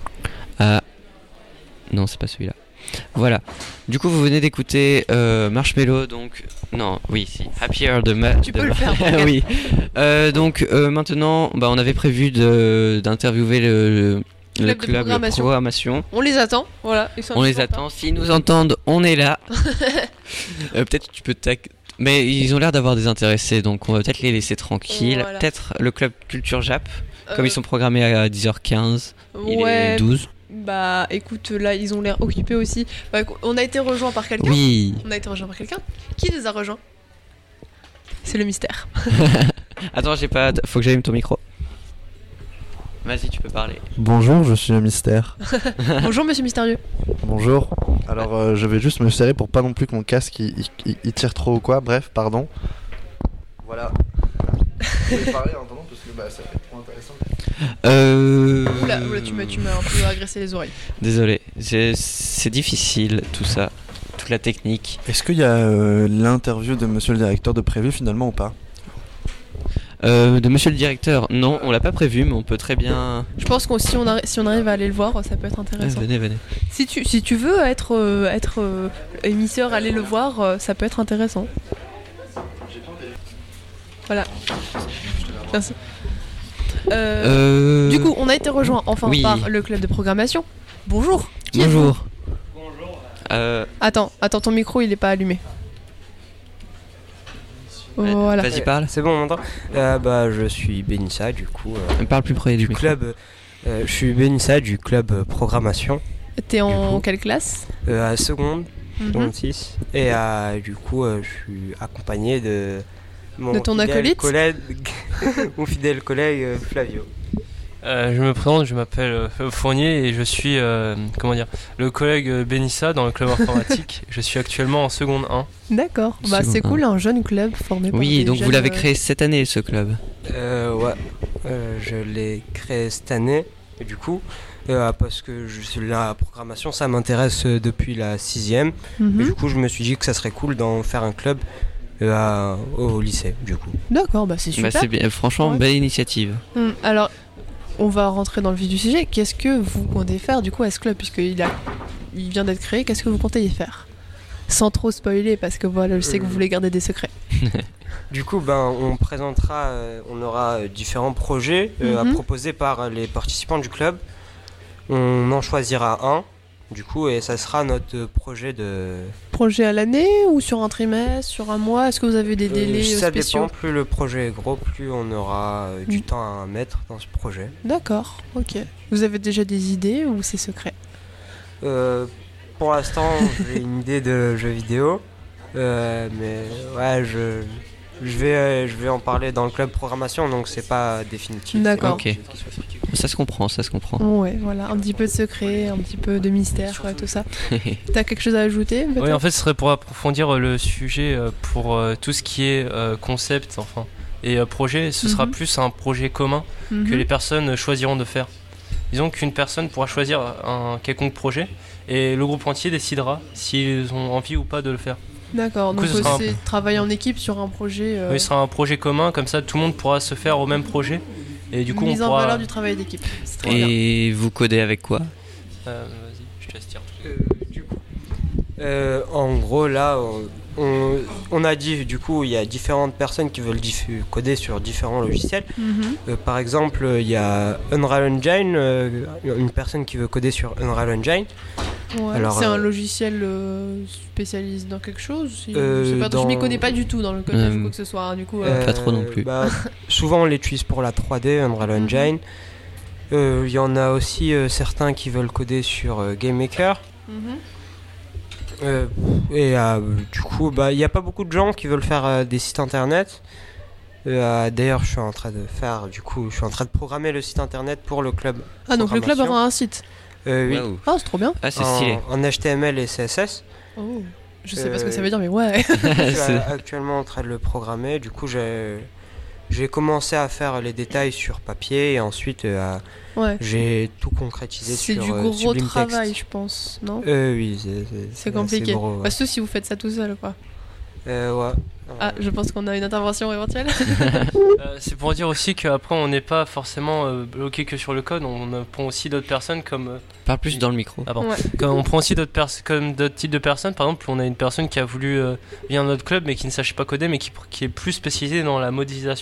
C: Non, c'est pas celui-là. Voilà. Du coup, vous venez d'écouter Marshmello, donc non, oui, si. Happier de
A: Tu peux le faire, Morgane.
C: Oui. Donc maintenant, on avait prévu d'interviewer Le
A: Club de
C: club de programmation.
A: On les attend, voilà. Ils sont
C: On
A: un
C: les
A: petit peu en
C: attend. S'ils nous entendent, on est là. Peut-être tu peux mais ils ont l'air d'avoir des intéressés, donc on va peut-être les laisser tranquilles.
A: Voilà.
C: Peut-être le club Culture Jap,
A: retard.
C: comme ils sont programmés à 10h15, il
A: Ouais,
C: est 12.
A: bah écoute, là ils ont l'air occupés aussi. Bah, on a été rejoint par quelqu'un.
C: Oui.
A: On a été rejoint par quelqu'un. Qui nous a rejoint? C'est le mystère.
C: Attends, faut que j'allume ton micro. Vas-y, tu peux parler.
F: Bonjour, je suis le mystère.
A: Bonjour monsieur mystérieux.
F: Bonjour. Alors je vais juste me serrer pour pas non plus que mon casque il tire trop ou quoi. Bref, pardon. Voilà. Je vais parler en attendant parce que bah, ça fait trop intéressant.
A: Oula, tu m'as un peu agressé les oreilles.
C: Désolé, c'est difficile tout ça, toute la technique.
F: Est-ce qu'il y a l'interview de monsieur le directeur de prévu finalement ou pas?
C: De monsieur le directeur, non, on l'a pas prévu, mais on peut très bien.
A: Je pense que si on arrive à aller le voir, ça peut être intéressant.
C: Venez.
A: Si tu veux être émisseur, aller le voir, ça peut être intéressant. Voilà. Merci. Du coup, on a été rejoint enfin
C: Oui.
A: par le club de programmation. Bonjour. Qui êtes-vous?
C: Bonjour.
A: Attends, ton micro il est pas allumé. Voilà.
C: Vas-y, parle.
G: C'est bon, on m'entend. Je suis Benissa, du coup.
C: Parle plus près du micro.
G: Club. Je suis Benissa du club programmation.
A: T'es en
G: Du coup,
A: quelle classe?
G: À seconde,
A: Mhm.
G: seconde 6. Et du coup, je suis accompagné de mon
A: De ton
G: fidèle
A: acolyte
G: collègue, mon fidèle collègue Flavio.
H: Je me présente, je m'appelle Fournier et je suis le collègue Benissa dans le club informatique. Je suis actuellement en seconde 1.
A: D'accord. Bah c'est
C: Seconde
A: cool, un jeune club formé par
C: Oui,
A: des
C: donc vous
A: jeunes,
C: l'avez créé cette année, ce club.
G: Ouais, je l'ai créé cette année, et du coup, parce que la programmation, ça m'intéresse depuis la 6ème.
A: Mhm.
G: Et du coup, je me suis dit que ça serait cool d'en faire un club au lycée, du coup.
A: D'accord, bah c'est super.
C: C'est bien, franchement,
A: Ouais.
C: belle initiative.
A: Alors, on va rentrer dans le vif du sujet. Qu'est-ce que vous comptez faire du coup à ce club, puisqu'il vient d'être créé? Qu'est-ce que vous comptez y faire? Sans trop spoiler, parce que voilà, je sais que vous voulez garder des secrets.
G: Du coup, on présentera, on aura différents projets à
A: Mhm.
G: proposer par les participants du club. On en choisira un, du coup, et ça sera notre projet de...
A: Projet à l'année ou sur un trimestre, sur un mois? Est-ce que vous avez des délais
G: ça
A: spéciaux?
G: dépend, plus le projet est gros, plus on aura du
A: Mm.
G: temps à mettre dans ce projet.
A: D'accord, ok. Vous avez déjà des idées ou c'est secret?
G: Pour l'instant, j'ai une idée de jeu vidéo, mais ouais, je vais en parler dans le club programmation, donc c'est pas définitif.
A: D'accord.
C: Ok. Ça se comprend, ça se comprend.
A: Ouais, voilà, un petit peu de secret, un petit peu de mystère, ouais, tout ça. T'as quelque chose à ajouter peut-être?
H: Oui, en fait, ce serait pour approfondir le sujet pour tout ce qui est concept, enfin, et projet. Ce sera
A: Mhm.
H: plus un projet commun que
A: Mhm.
H: les personnes choisiront de faire. Disons qu'une personne pourra choisir un quelconque projet et le groupe entier décidera s'ils ont envie ou pas de le faire.
A: D'accord,
H: Du coup,
A: donc
H: ce sera un-
A: c'est travailler en équipe sur un projet.
H: Oui, ce sera un projet commun, comme ça tout le monde pourra se faire au même projet. Et du coup,
A: mise
H: on
A: en
H: pourra.
A: valeur du travail d'équipe. C'est très bien.
C: Et vous codez avec quoi?
H: Vas-y, je te laisse dire.
G: Du coup, en gros, là, on a dit, du coup, il y a différentes personnes qui veulent coder sur différents logiciels.
A: Mhm.
G: Par exemple, il y a Unreal Engine, une personne qui veut coder sur Unreal Engine.
A: Ouais,
G: Alors,
A: c'est un logiciel spécialisé dans quelque chose je sais pas,
G: dans-
A: je m'y connais pas du tout dans le codage ou quoi que ce soit. Hein, du coup,
C: Pas trop non plus.
G: Souvent, on l'utilise pour la 3D, Unreal
A: Mhm.
G: Engine. Il y en a aussi certains qui veulent coder sur GameMaker.
A: mhm.
G: Du coup, il n'y a pas beaucoup de gens qui veulent faire des sites internet. D'ailleurs, je suis en train de programmer le site internet pour le club.
A: Ah, donc le club
G: Programmation.
A: aura un site.
G: Oui,
C: Waouh.
A: Ah, c'est trop bien.
C: Ah, c'est stylé.
G: en HTML et CSS.
A: Oh. Je sais pas ce que ça veut dire, mais ouais.
G: Je suis
C: C'est-
G: actuellement en train de le programmer. Du coup, j'ai commencé à faire les détails sur papier et ensuite
A: Ouais.
G: j'ai tout concrétisé
A: C'est
G: sur
A: du gros
G: Sublime
A: travail,
G: Text.
A: je pense, non?
G: Oui,
A: C'est compliqué.
G: assez gros, ouais.
A: Bah, sauf si vous faites ça tout seul, quoi.
G: Ouais.
A: Ah, je pense qu'on a une intervention éventuelle.
H: C'est pour dire aussi qu'après, on n'est pas forcément bloqué que sur le code. On prend aussi d'autres personnes comme.
C: Parle plus dans le micro.
H: Ah bon.
A: Ouais.
H: On prend aussi comme d'autres types de personnes. Par exemple, on a une personne qui a voulu venir à notre club mais qui ne sachait pas coder mais qui est plus spécialisée dans la modélisation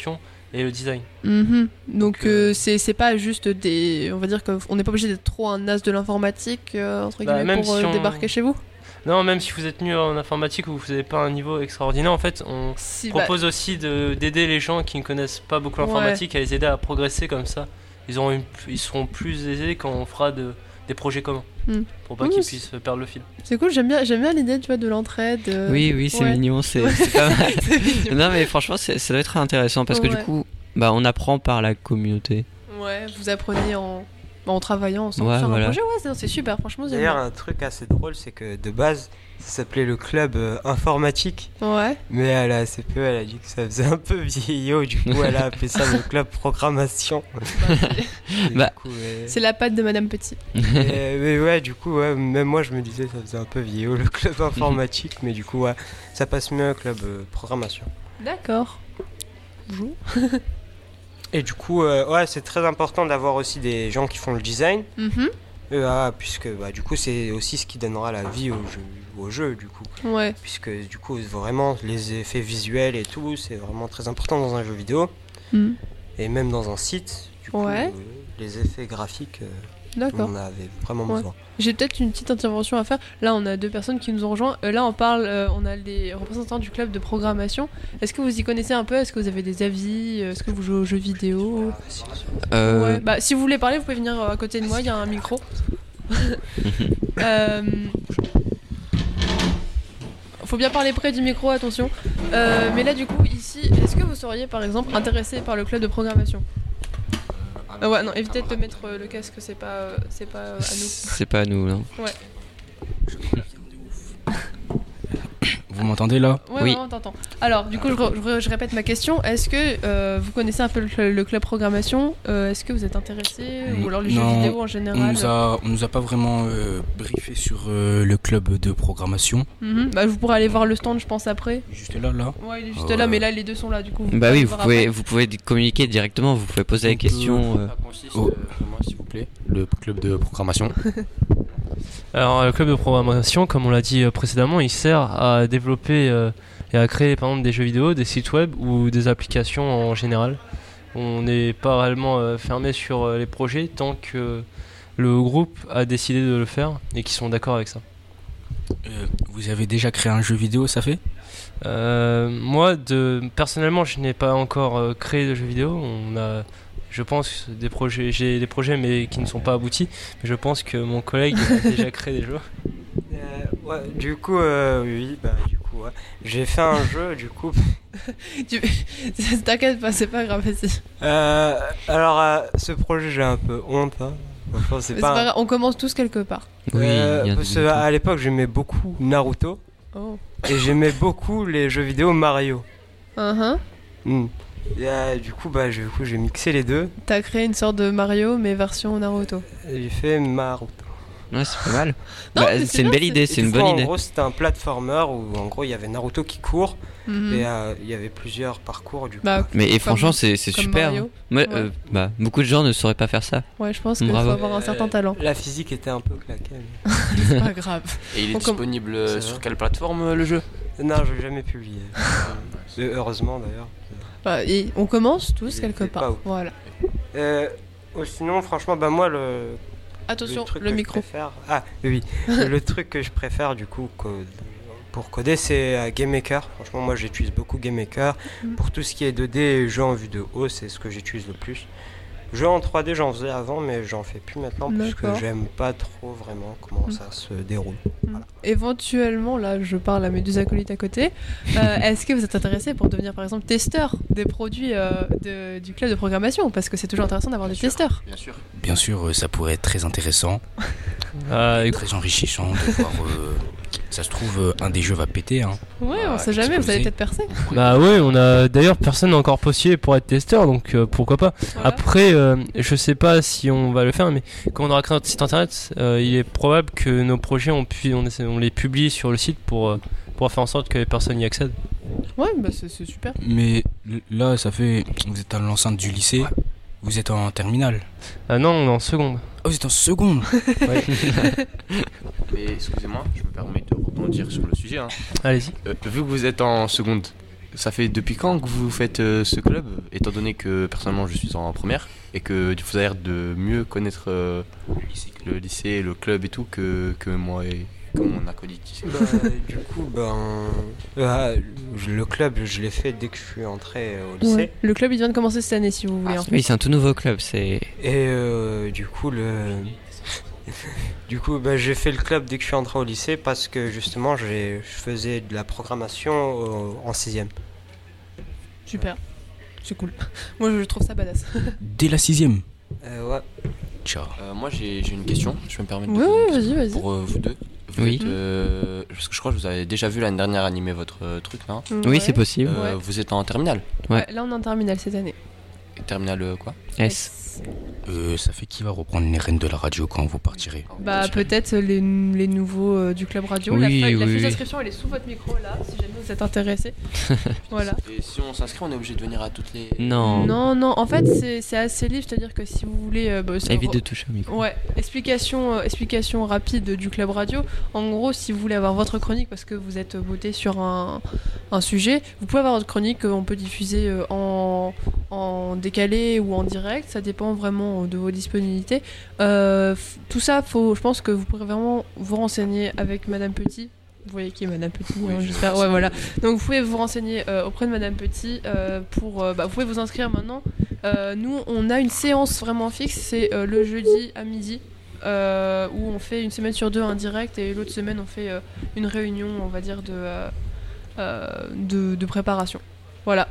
H: et le design.
A: Donc c'est pas juste des... On va dire qu'on n'est pas obligé d'être trop un as de l'informatique, entre guillemets,
H: même
A: pour
H: si on-
A: débarquer chez vous.
H: Non, même si vous êtes nul en informatique ou vous n'avez pas un niveau extraordinaire, en fait, on
A: Si,
H: propose aussi d'aider les gens qui ne connaissent pas beaucoup
A: Ouais.
H: l'informatique à les aider à progresser comme ça. Ils seront plus aisés quand on fera des projets communs. Pour pas
A: Oui,
H: qu'ils
A: c'est-
H: puissent perdre le fil.
A: c'est cool, j'aime bien l'idée, tu vois, de l'entraide.
C: Oui, c'est
A: ouais.
C: mignon, c'est pas mal.
A: C'est mignon.
C: Non, mais franchement, ça doit être intéressant parce que
A: Ouais.
C: du coup, on apprend par la communauté.
A: Ouais, vous apprenez en travaillant ensemble
C: Ouais,
A: sur
C: voilà.
A: un projet, c'est super, franchement, j'aime
G: D'ailleurs,
A: bien.
G: un truc assez drôle, c'est que de base, ça s'appelait le club informatique.
A: Ouais.
G: Mais à la CPE, elle a dit que ça faisait un peu vieillot, du coup, elle a appelé ça le club programmation. Et
C: Bah,
G: du coup, ouais.
A: C'est la patte de Madame Petit.
G: Mais ouais, du coup, ouais, même moi, je me disais ça faisait un peu vieillot, le club informatique. Mais du coup, ouais, ça passe mieux, club programmation.
A: D'accord. Bonjour.
G: Et du coup, ouais, c'est très important d'avoir aussi des gens qui font le design. Puisque du coup c'est aussi ce qui donnera la vie au jeu du coup.
A: Ouais.
G: Puisque du coup vraiment les effets visuels et tout c'est vraiment très important dans un jeu vidéo
A: Mm.
G: et même dans un site du coup
A: Ouais.
G: les effets graphiques
A: D'accord.
G: on avait vraiment
A: Ouais.
G: besoin.
A: J'ai peut-être une petite intervention à faire. Là, on a deux personnes qui nous ont rejoints. Là, on a les représentants du club de programmation. Est-ce que vous y connaissez un peu? Est-ce que vous avez des avis? Est-ce que vous jouez aux jeux vidéo? Ouais. Bah, si vous voulez parler, vous pouvez venir à côté de moi, il y a un micro. Faut bien parler près du micro, attention. Mais là, du coup, ici, est-ce que vous seriez, par exemple, intéressé par le club de programmation? Ouais, non, évitez de te mettre le casque, c'est pas à nous.
C: C'est pas à nous, non.
A: Ouais.
I: Vous m'entendez là?
A: Ouais,
C: Oui.
A: ouais, on t'entend. Alors, du coup, je répète ma question. Est-ce que vous connaissez un peu le club programmation? Est-ce que vous êtes intéressé? Ou alors les jeux
I: Non,
A: vidéo en général?
I: On nous a pas vraiment briefé sur le club de programmation.
A: Bah, vous pourrez aller voir le stand, je pense, après.
I: Juste là.
A: Ouais, il est juste là, mais là, les deux sont là, du coup. Vous
C: Bah
A: pouvez
C: oui,
A: aller
C: vous
A: voir
C: pouvez,
A: après.
C: vous pouvez communiquer directement, vous pouvez poser la question.
J: Ça consiste, comment, s'il vous plaît, le club de programmation?
H: Alors le club de programmation, comme on l'a dit précédemment, il sert à développer et à créer par exemple des jeux vidéo, des sites web ou des applications en général. On n'est pas réellement fermé sur les projets tant que le groupe a décidé de le faire et qu'ils sont d'accord avec ça.
I: Vous avez déjà créé un jeu vidéo, ça fait?
H: Moi, personnellement, je n'ai pas encore créé de jeux vidéo. Je pense j'ai des projets mais qui ne sont pas aboutis. Mais je pense que mon collègue a déjà créé des jeux.
G: Ouais, du coup oui du coup ouais. J'ai fait un jeu du coup.
A: T'inquiète pas, c'est pas grave, vas-y.
G: Alors ce projet j'ai un peu honte hein. Enfin,
A: C'est pas grave, on commence tous quelque part.
C: Oui, il y a
G: parce
C: des-
G: que à l'époque j'aimais beaucoup Naruto
A: Oh.
G: et j'aimais beaucoup les jeux vidéo Mario.
A: Uh-huh.
G: Et, du coup j'ai mixé les deux.
A: T'as créé une sorte de Mario, mais version Naruto.
G: Et j'ai fait Naruto.
C: Ouais, c'est pas mal.
A: Non,
C: Bah,
A: mais
C: c'est une
A: bien,
C: belle idée,
G: Et
C: c'est
G: du
C: une
G: coup,
C: bonne
G: en
C: idée.
G: gros c'était un platformer où en gros il y avait Naruto qui court
A: Mhm.
G: et il y avait plusieurs parcours du coup.
A: Bah,
C: Mais et
A: comme-
C: franchement, c'est
A: comme
C: super.
A: Mario.
C: Moi,
A: Ouais.
C: beaucoup de gens ne sauraient pas faire ça.
A: Ouais, je pense qu'il faut
C: Bravo.
A: avoir un certain talent.
G: La physique était un peu claquée. mais-
A: C'est pas grave.
J: Et il est
A: On com-
J: disponible
G: C'est
J: sur
G: vrai.
J: quelle plateforme le jeu?
G: Non, je l'ai jamais publié. Heureusement d'ailleurs.
A: Bah, et on commence tous
G: Il
A: quelque
G: était pas
A: part.
G: ouf.
A: Voilà.
G: Sinon, franchement, moi le
A: Attention,
G: truc
A: le
G: que
A: micro.
G: je préfère. Ah oui, le truc que je préfère du coup pour coder, c'est GameMaker. Franchement, moi j'utilise beaucoup GameMaker. Pour tout ce qui est 2D et jeux en vue de haut, c'est ce que j'utilise le plus. Jeux en 3D, j'en faisais avant, mais j'en fais plus maintenant parce que
A: D'accord.
G: j'aime pas trop vraiment comment ça se déroule.
A: Éventuellement, là, je parle à mes deux acolytes à côté. Est-ce que vous êtes intéressé pour devenir, par exemple, testeur des produits du club de programmation? Parce que c'est toujours intéressant d'avoir des testeurs.
J: Bien sûr.
I: Bien sûr, ça pourrait être très intéressant, très enrichissant de voir. Ça se trouve, un des jeux va péter. Hein.
A: Ouais, on sait jamais, vous allez peut-être percer.
H: Bah ouais, on a d'ailleurs personne n'a encore postulé pour être testeur, donc pourquoi pas.
A: Voilà.
H: Après, je sais pas si on va le faire, mais quand on aura créé notre site internet, il est probable que nos projets on les publie sur le site pour faire en sorte que les personnes y accèdent.
A: Ouais, bah c'est super.
I: Mais là, ça fait. Vous êtes à l'enceinte du lycée, vous êtes en terminale.
H: Non, on est en seconde.
I: Oh, vous êtes en seconde.
H: Ouais.
J: Mais excusez-moi, je me permets de rebondir sur le sujet. Hein.
H: Allez-y.
J: Vu que vous êtes en seconde, ça fait depuis quand que vous faites ce club, étant donné que personnellement je suis en première et que vous avez l'air de mieux connaître le lycée, le club et tout que moi et que mon acolyte ici.
G: Du coup, le club, je l'ai fait dès que je suis entré au lycée.
A: Ouais. Le club, il vient de commencer cette année, si vous voulez.
C: Oui, c'est un tout nouveau club.
G: Et du coup, j'ai fait le club dès que je suis entré au lycée parce que justement, je faisais de la programmation en 6ème.
A: Super, c'est cool. Moi, je trouve ça badass.
I: Dès la 6ème.
G: Ouais.
I: Ciao.
J: Moi j'ai une question, je peux me permettre de
A: Ouais,
J: poser une
A: vas-y.
J: question pour vous deux. Vous êtes, parce que je crois que vous avez déjà vu l'année dernière animer votre truc là.
C: Oui, c'est possible.
J: Vous êtes en terminale.
A: Ouais, là on est en terminale cette année.
J: Terminale quoi?
C: S.
I: Ça fait qui va reprendre les rênes de la radio quand vous partirez?
A: Peut-être les nouveaux du club radio.
C: Oui,
A: la fiche d'inscription elle est sous votre micro là, si jamais vous êtes intéressé. Voilà.
J: Et si on s'inscrit, on est obligé de venir à toutes les...
C: Non.
A: En fait c'est assez libre, c'est-à-dire que si vous voulez...
C: évite de toucher au micro.
A: Ouais, explication rapide du club radio. En gros, si vous voulez avoir votre chronique, parce que vous êtes voté sur un sujet, vous pouvez avoir votre chronique, on peut diffuser en décalé ou en direct, ça dépend vraiment de vos disponibilités. Tout ça, je pense que vous pourrez vraiment vous renseigner avec Madame Petit. Vous voyez qui est Madame Petit, j'espère. Ouais, voilà. Donc vous pouvez vous renseigner auprès de Madame Petit vous pouvez vous inscrire maintenant. Nous, on a une séance vraiment fixe, c'est le jeudi à midi. Où on fait une semaine sur 2 un direct et l'autre semaine on fait une réunion, on va dire, de préparation. Voilà.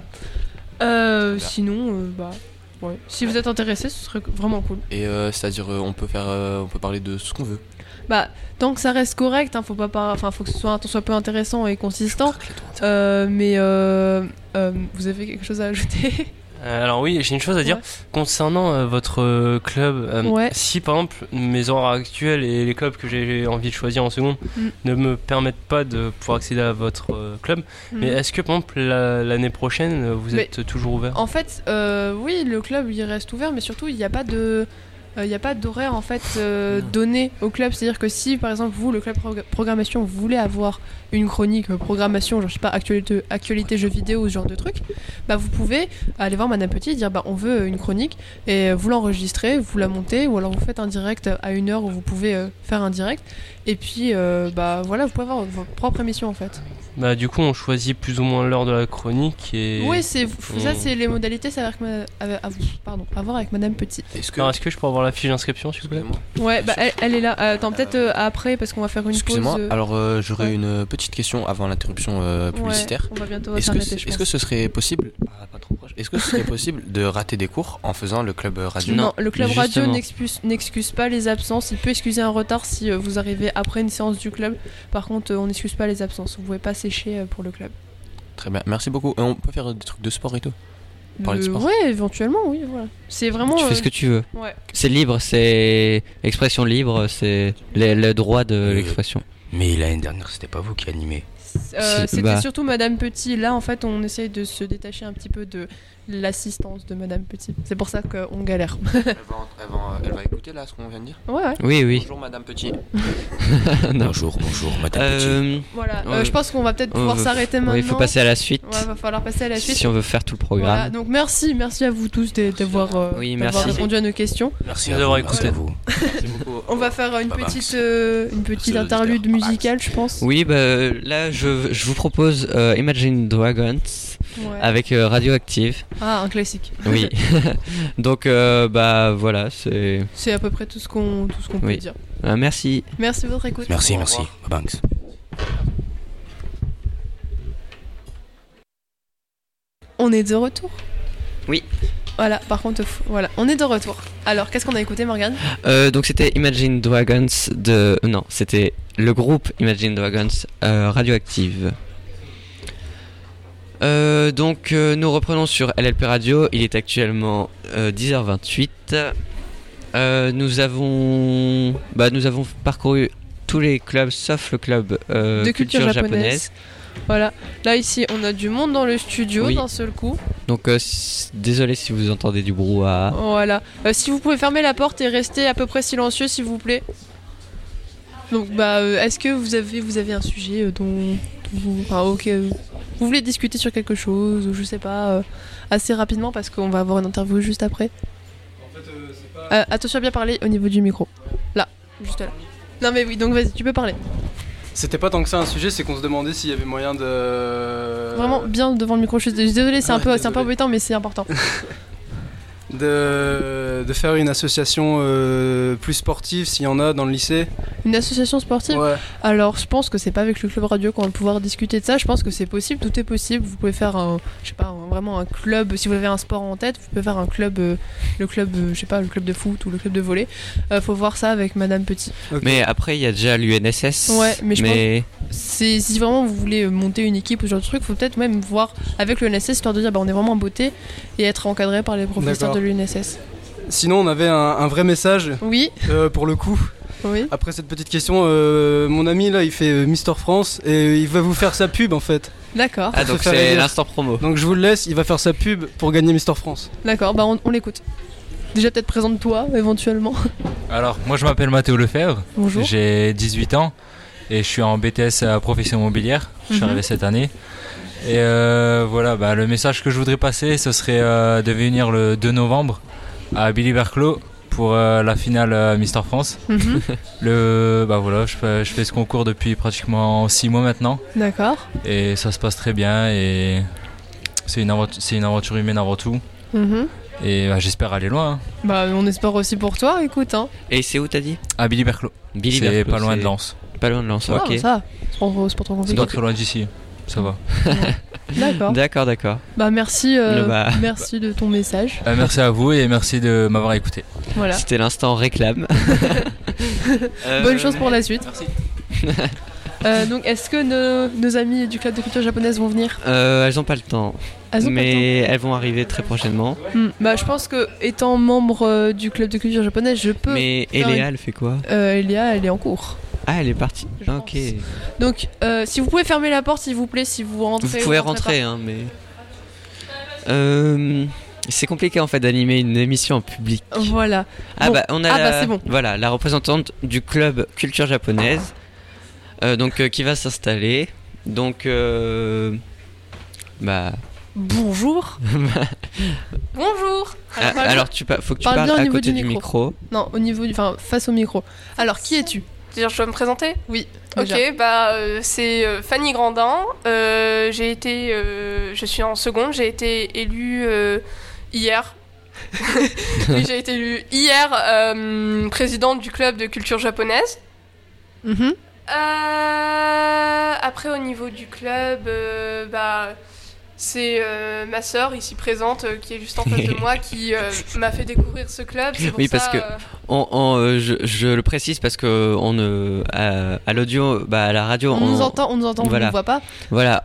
A: Sinon, ouais. Si vous êtes intéressé, ce serait vraiment cool.
J: Et c'est-à-dire, on peut parler de ce qu'on veut.
A: Tant que ça reste correct, faut que ce soit un peu intéressant et consistant. Mais vous avez quelque chose à ajouter?
H: Alors oui, j'ai une chose à dire concernant votre club. Si par exemple mes horaires actuels et les clubs que j'ai envie de choisir en seconde ne me permettent pas de pouvoir accéder à votre club, mais est-ce que par exemple l'année prochaine vous êtes toujours ouvert?
A: En fait, oui, le club il reste ouvert, mais surtout il n'y a pas d'horaire en fait donné au club. C'est-à-dire que si par exemple vous, le club programmation, vous voulez avoir une chronique programmation, genre je sais pas, actualité jeux vidéo ou ce genre de truc, vous pouvez aller voir Madame Petit et dire on veut une chronique, et vous l'enregistrez, vous la montez, ou alors vous faites un direct à 1h où vous pouvez faire un direct, et puis voilà, vous pouvez avoir votre propre émission en fait.
H: Du coup on choisit plus ou moins l'heure de la chronique et...
A: Oui, ça c'est les modalités, c'est à voir avec Madame Petit.
H: Est-ce que je peux avoir la fiche d'inscription s'il vous plaît?
A: Ouais, elle est là. Attends, peut-être après parce qu'on va faire une pause.
J: Excusez-moi, alors j'aurais une petite question avant l'interruption publicitaire.
A: On va bientôt s'arrêter,
J: Est-ce que ce serait possible de rater des cours en faisant le club radio?
A: Non, le club radio n'excuse pas les absences. Il peut excuser un retard si vous arrivez après une séance du club. Par contre, on n'excuse pas les absences. Vous pouvez pas sécher pour le club.
J: Très bien, merci beaucoup. Et on peut faire des trucs de sport et tout? Parler de sport?
A: Ouais, éventuellement, oui. Voilà. C'est vraiment.
C: Tu fais ce que tu veux.
A: Ouais.
C: C'est libre, c'est expression libre, c'est le droit de l'expression.
I: Mais l'année dernière, c'était pas vous qui animez.
A: C'était surtout Madame Petit. Là, en fait, on essaye de se détacher un petit peu de l'assistance de Madame Petit. C'est pour ça qu'on galère.
J: Elle va écouter là ce qu'on vient de dire?
A: Ouais.
C: Oui.
J: Bonjour Madame Petit.
I: Bonjour Madame Petit.
A: Voilà, je pense qu'on va peut-être pouvoir s'arrêter maintenant.
C: Oui, il faut passer à la suite.
A: Ouais, va falloir passer à la suite.
C: Si on veut faire tout le programme.
A: Voilà, donc merci à vous tous d'avoir répondu à nos questions.
I: Merci d'avoir écouté.
A: On va faire une petite interlude musicale, je pense.
C: Oui, là je vous propose Imagine Dragons avec Radioactive.
A: Ah, un classique.
C: Oui. Donc voilà,
A: c'est à peu près tout ce qu'on peut dire.
C: Merci.
A: Merci de votre écoute.
I: Merci. Banks.
A: On est de retour.
C: Oui.
A: Voilà, par contre, on est de retour. Alors, qu'est-ce qu'on a écouté, Morgane?
C: Donc c'était Imagine Dragons c'était le groupe Imagine Dragons Radioactive. Donc nous reprenons sur LLP Radio. Il est actuellement 10h28. Nous avons parcouru tous les clubs sauf le club
A: de culture japonaise. Voilà, là ici on a du monde dans le studio d'un seul coup.
C: Donc désolé si vous entendez du brouhaha.
A: Voilà, si vous pouvez fermer la porte et rester à peu près silencieux s'il vous plaît. Donc est-ce que vous avez un sujet dont enfin, ok, vous voulez discuter sur quelque chose ou je sais pas, assez rapidement parce qu'on va avoir une interview juste après. En fait, c'est pas... attention à bien parler au niveau du micro. Là, juste là. Non mais oui, donc vas-y, tu peux parler.
K: C'était pas tant que ça un sujet, c'est qu'on se demandait s'il y avait moyen de...
A: Vraiment bien devant le micro, je suis désolée, c'est un peu embêtant mais c'est important.
K: de faire une association plus sportive s'il y en a dans le lycée.
A: Une association sportive ?
K: Ouais.
A: Alors je pense que c'est pas avec le club radio qu'on va pouvoir discuter de ça, je pense que c'est possible, tout est possible, vous pouvez faire vraiment un club, si vous avez un sport en tête, vous pouvez faire un club, le club de foot ou le club de volley, faut voir ça avec Madame Petit.
C: Okay. Mais après il y a déjà l'UNSS.
A: Ouais, mais je pense si vraiment vous voulez monter une équipe ou ce genre de truc, faut peut-être même voir avec l'UNSS histoire de dire on est vraiment en beauté et être encadré par les professeurs de l'UNSS.
K: Sinon on avait un vrai message.
A: Oui.
K: Pour le coup.
A: Oui.
K: Après cette petite question, mon ami là il fait Mister France et il va vous faire sa pub en fait.
A: D'accord.
C: Ah donc c'est l'instant promo.
K: Donc je vous le laisse, il va faire sa pub pour gagner Mister France.
A: D'accord, bah on l'écoute. Déjà peut-être présente-toi éventuellement.
L: Alors moi je m'appelle Mathéo Lefebvre.
A: Bonjour.
L: J'ai 18 ans et je suis en BTS à profession immobilière. Je suis arrivé cette année. Et voilà, le message que je voudrais passer ce serait de venir le 2 novembre à Billy Berclos pour la finale Mister France. Voilà, je fais ce concours depuis pratiquement 6 mois maintenant.
A: D'accord.
L: Et ça se passe très bien et c'est une aventure humaine avant tout. Et j'espère aller loin.
A: Bah on espère aussi pour toi, écoute. Hein.
C: Et c'est où t'as dit ?
L: À Billy Berclos. C'est pas loin de Lens.
C: Pas loin de Lens, ok.
A: Ça, c'est pas trop compliqué.
L: C'est pas très loin d'ici, ça va.
A: D'accord. Bah merci, merci de ton message.
L: Merci à vous et merci de m'avoir écouté.
A: Voilà.
C: C'était l'instant réclame.
A: Bonne chose pour la suite.
L: Merci.
A: Donc est-ce que nos amis du club de culture japonaise vont venir ?
C: Elles n'ont pas le temps. Elles vont arriver très prochainement.
A: Je pense que étant membre du club de culture japonaise, je peux.
C: Mais Eléa, elle fait quoi ?
A: Eléa, elle est en cours.
C: Ah, elle est partie. Ok.
A: Donc, si vous pouvez fermer la porte, s'il vous plaît, si vous rentrez.
C: Vous pouvez rentrer, hein, mais. C'est compliqué en fait d'animer une émission en public.
A: Voilà.
C: On a
A: c'est bon.
C: Voilà, la représentante du club culture japonaise, qui va s'installer. Donc,
A: Bonjour. Bonjour.
C: Alors, faut que tu parles à côté du micro.
A: Non, face au micro. Alors, qui es-tu ?
M: C'est-à-dire, je dois me présenter ?
A: Oui.
M: Ok, c'est Fanny Grandin. Je suis en seconde. J'ai été élue hier. Oui, j'ai été élue hier présidente du club de culture japonaise. Après, au niveau du club, c'est ma sœur ici présente qui est juste en face de moi qui m'a fait découvrir ce club. C'est pour
C: parce que je le précise parce que à l'audio, à la radio,
A: on nous entend, on ne nous voit pas.
C: Voilà.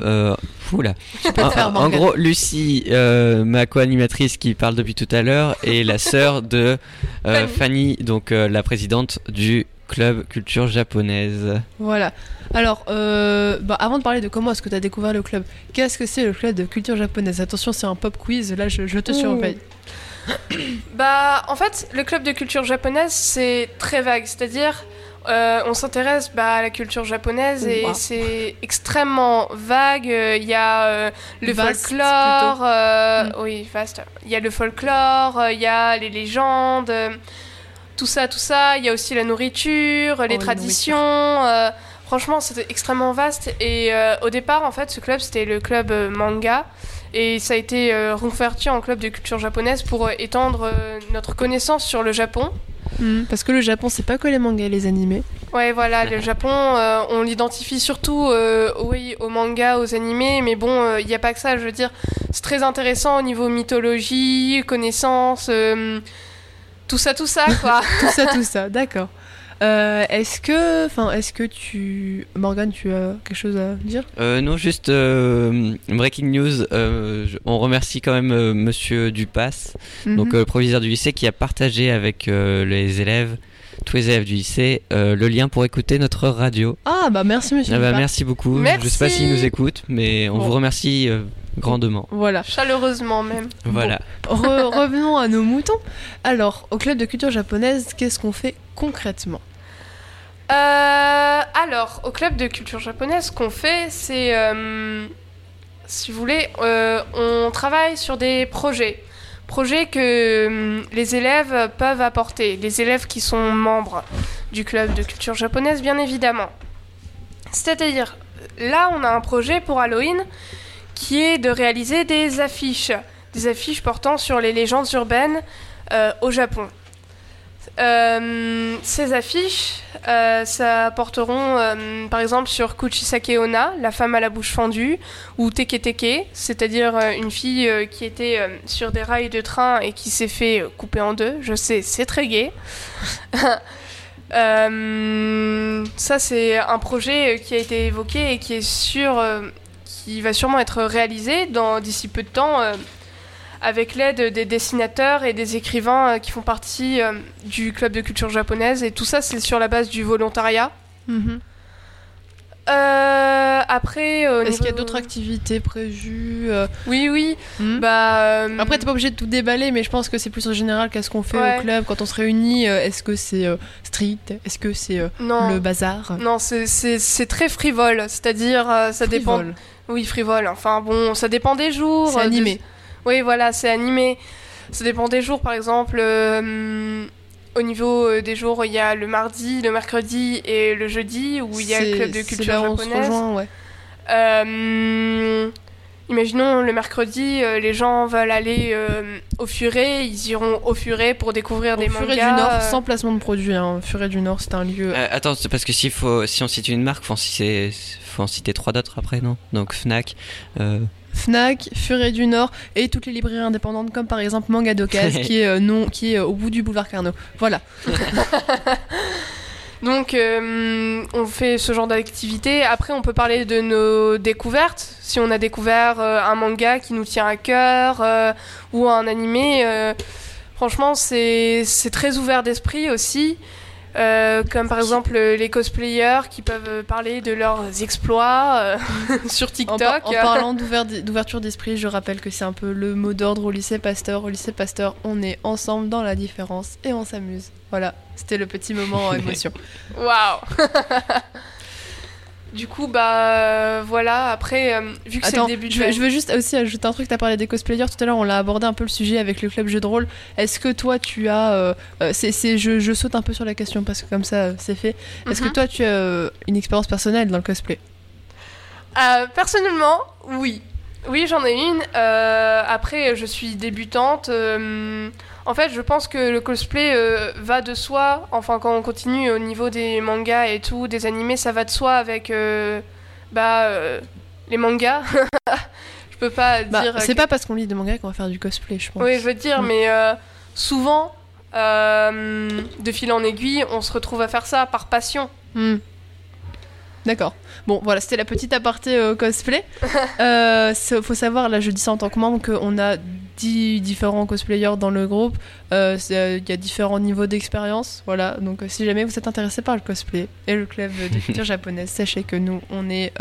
C: En gros, Lucie, ma co-animatrice qui parle depuis tout à l'heure, est la sœur de Fanny, donc la présidente du club culture japonaise.
A: Voilà. Alors, avant de parler de comment est-ce que tu as découvert le club, qu'est-ce que c'est le club de culture japonaise ? Attention, c'est un pop quiz, là je te surveille.
M: En fait, le club de culture japonaise, c'est très vague, c'est-à-dire on s'intéresse à la culture japonaise et c'est extrêmement vague. Il y a le folklore, oui, vaste. Il y a le folklore, il y a les légendes, tout ça. Il y a aussi la nourriture, les traditions. Franchement, c'était extrêmement vaste. Et au départ, en fait, ce club, c'était le club manga. Et ça a été reconverti en club de culture japonaise pour étendre notre connaissance sur le Japon.
A: Parce que le Japon, c'est pas que les mangas et les animés.
M: Ouais, voilà, le Japon, on l'identifie surtout aux mangas, aux animés. Mais bon, il n'y a pas que ça, je veux dire. C'est très intéressant au niveau mythologie, connaissance, tout ça, quoi.
A: tout ça, d'accord. Est-ce que Morgane, tu as quelque chose à dire ?
C: Non, juste breaking news. On remercie quand même Monsieur Dupas, donc proviseur du lycée, qui a partagé avec les élèves, tous les élèves du lycée, le lien pour écouter notre radio.
A: Ah merci Monsieur Dupas.
C: Merci beaucoup.
M: Merci.
C: Je sais pas s'il nous écoute, mais on vous remercie grandement.
A: Voilà.
M: Chaleureusement même.
C: Voilà.
A: Revenons à nos moutons. Alors, au club de culture japonaise, qu'est-ce qu'on fait concrètement ?
M: Alors, au club de culture japonaise, ce qu'on fait, c'est, si vous voulez, on travaille sur des projets que les élèves peuvent apporter, les élèves qui sont membres du club de culture japonaise, bien évidemment. C'est-à-dire, là, on a un projet pour Halloween qui est de réaliser des affiches portant sur les légendes urbaines au Japon. Ces affiches, ça porteront par exemple sur Kuchisake Onna, la femme à la bouche fendue, ou Teke Teke, c'est-à-dire une fille qui était sur des rails de train et qui s'est fait couper en deux. Je sais, c'est très gai. Ça, c'est un projet qui a été évoqué et qui va sûrement être réalisé d'ici peu de temps avec l'aide des dessinateurs et des écrivains qui font partie du club de culture japonaise. Et tout ça, c'est sur la base du volontariat. Après,
A: est-ce qu'il y a d'autres activités prévues
M: Oui.
A: Après, t'es pas obligé de tout déballer, mais je pense que c'est plus en général qu'est-ce qu'on fait au club quand on se réunit. Est-ce que c'est strict? Est-ce que c'est le bazar?
M: Non, c'est très frivole. C'est-à-dire, ça dépend. Oui, frivole. Enfin bon, ça dépend des jours.
A: C'est animé.
M: Oui, voilà, c'est animé. Ça dépend des jours, par exemple. Au niveau des jours, il y a le mardi, le mercredi et le jeudi où il y a le club de culture japonaise.
A: On se rejoint, ouais.
M: Imaginons le mercredi, les gens veulent aller au Furet, ils iront au Furet pour découvrir des mangas.
A: Furet du Nord, sans placement de produit. Furet du Nord, c'est un lieu.
C: Attends, c'est parce que si on cite une marque, faut en citer 3 d'autres après, non? Donc Fnac.
A: Fnac, Furet du Nord et toutes les librairies indépendantes comme par exemple Manga d'Occasion qui est au bout du boulevard Carnot. Voilà.
M: Donc on fait ce genre d'activité. Après on peut parler de nos découvertes. Si on a découvert un manga qui nous tient à cœur ou un animé, franchement c'est très ouvert d'esprit aussi. Comme par exemple les cosplayers qui peuvent parler de leurs exploits sur TikTok.
A: En parlant d'ouverture d'esprit, je rappelle que c'est un peu le mot d'ordre au lycée Pasteur. Au lycée Pasteur, on est ensemble dans la différence et on s'amuse. Voilà, c'était le petit moment émotion.
M: Waouh. Du coup, voilà, après, vu que c'est le début de...
A: Je veux juste aussi ajouter un truc, t'as parlé des cosplayers, tout à l'heure on l'a abordé un peu le sujet avec le club jeu de rôle. Est-ce que toi tu as... je saute un peu sur la question parce que comme ça c'est fait. Est-ce que toi tu as une expérience personnelle dans le cosplay?
M: Personnellement, oui. Oui, j'en ai une. Après, je suis débutante. En fait, je pense que le cosplay va de soi. Enfin, quand on continue au niveau des mangas et tout, des animés, ça va de soi avec les mangas. Je peux pas dire...
A: C'est pas parce qu'on lit des mangas qu'on va faire du cosplay, je pense.
M: Oui, je veux dire, mais souvent, de fil en aiguille, on se retrouve à faire ça par passion.
A: D'accord. Bon, voilà, c'était la petite aparté cosplay. Faut savoir, là, je dis ça en tant que membre, qu'on a 10 différents cosplayers dans le groupe. Il y a différents niveaux d'expérience. Voilà, donc si jamais vous êtes intéressé par le cosplay et le club de culture japonaise, sachez que nous, on est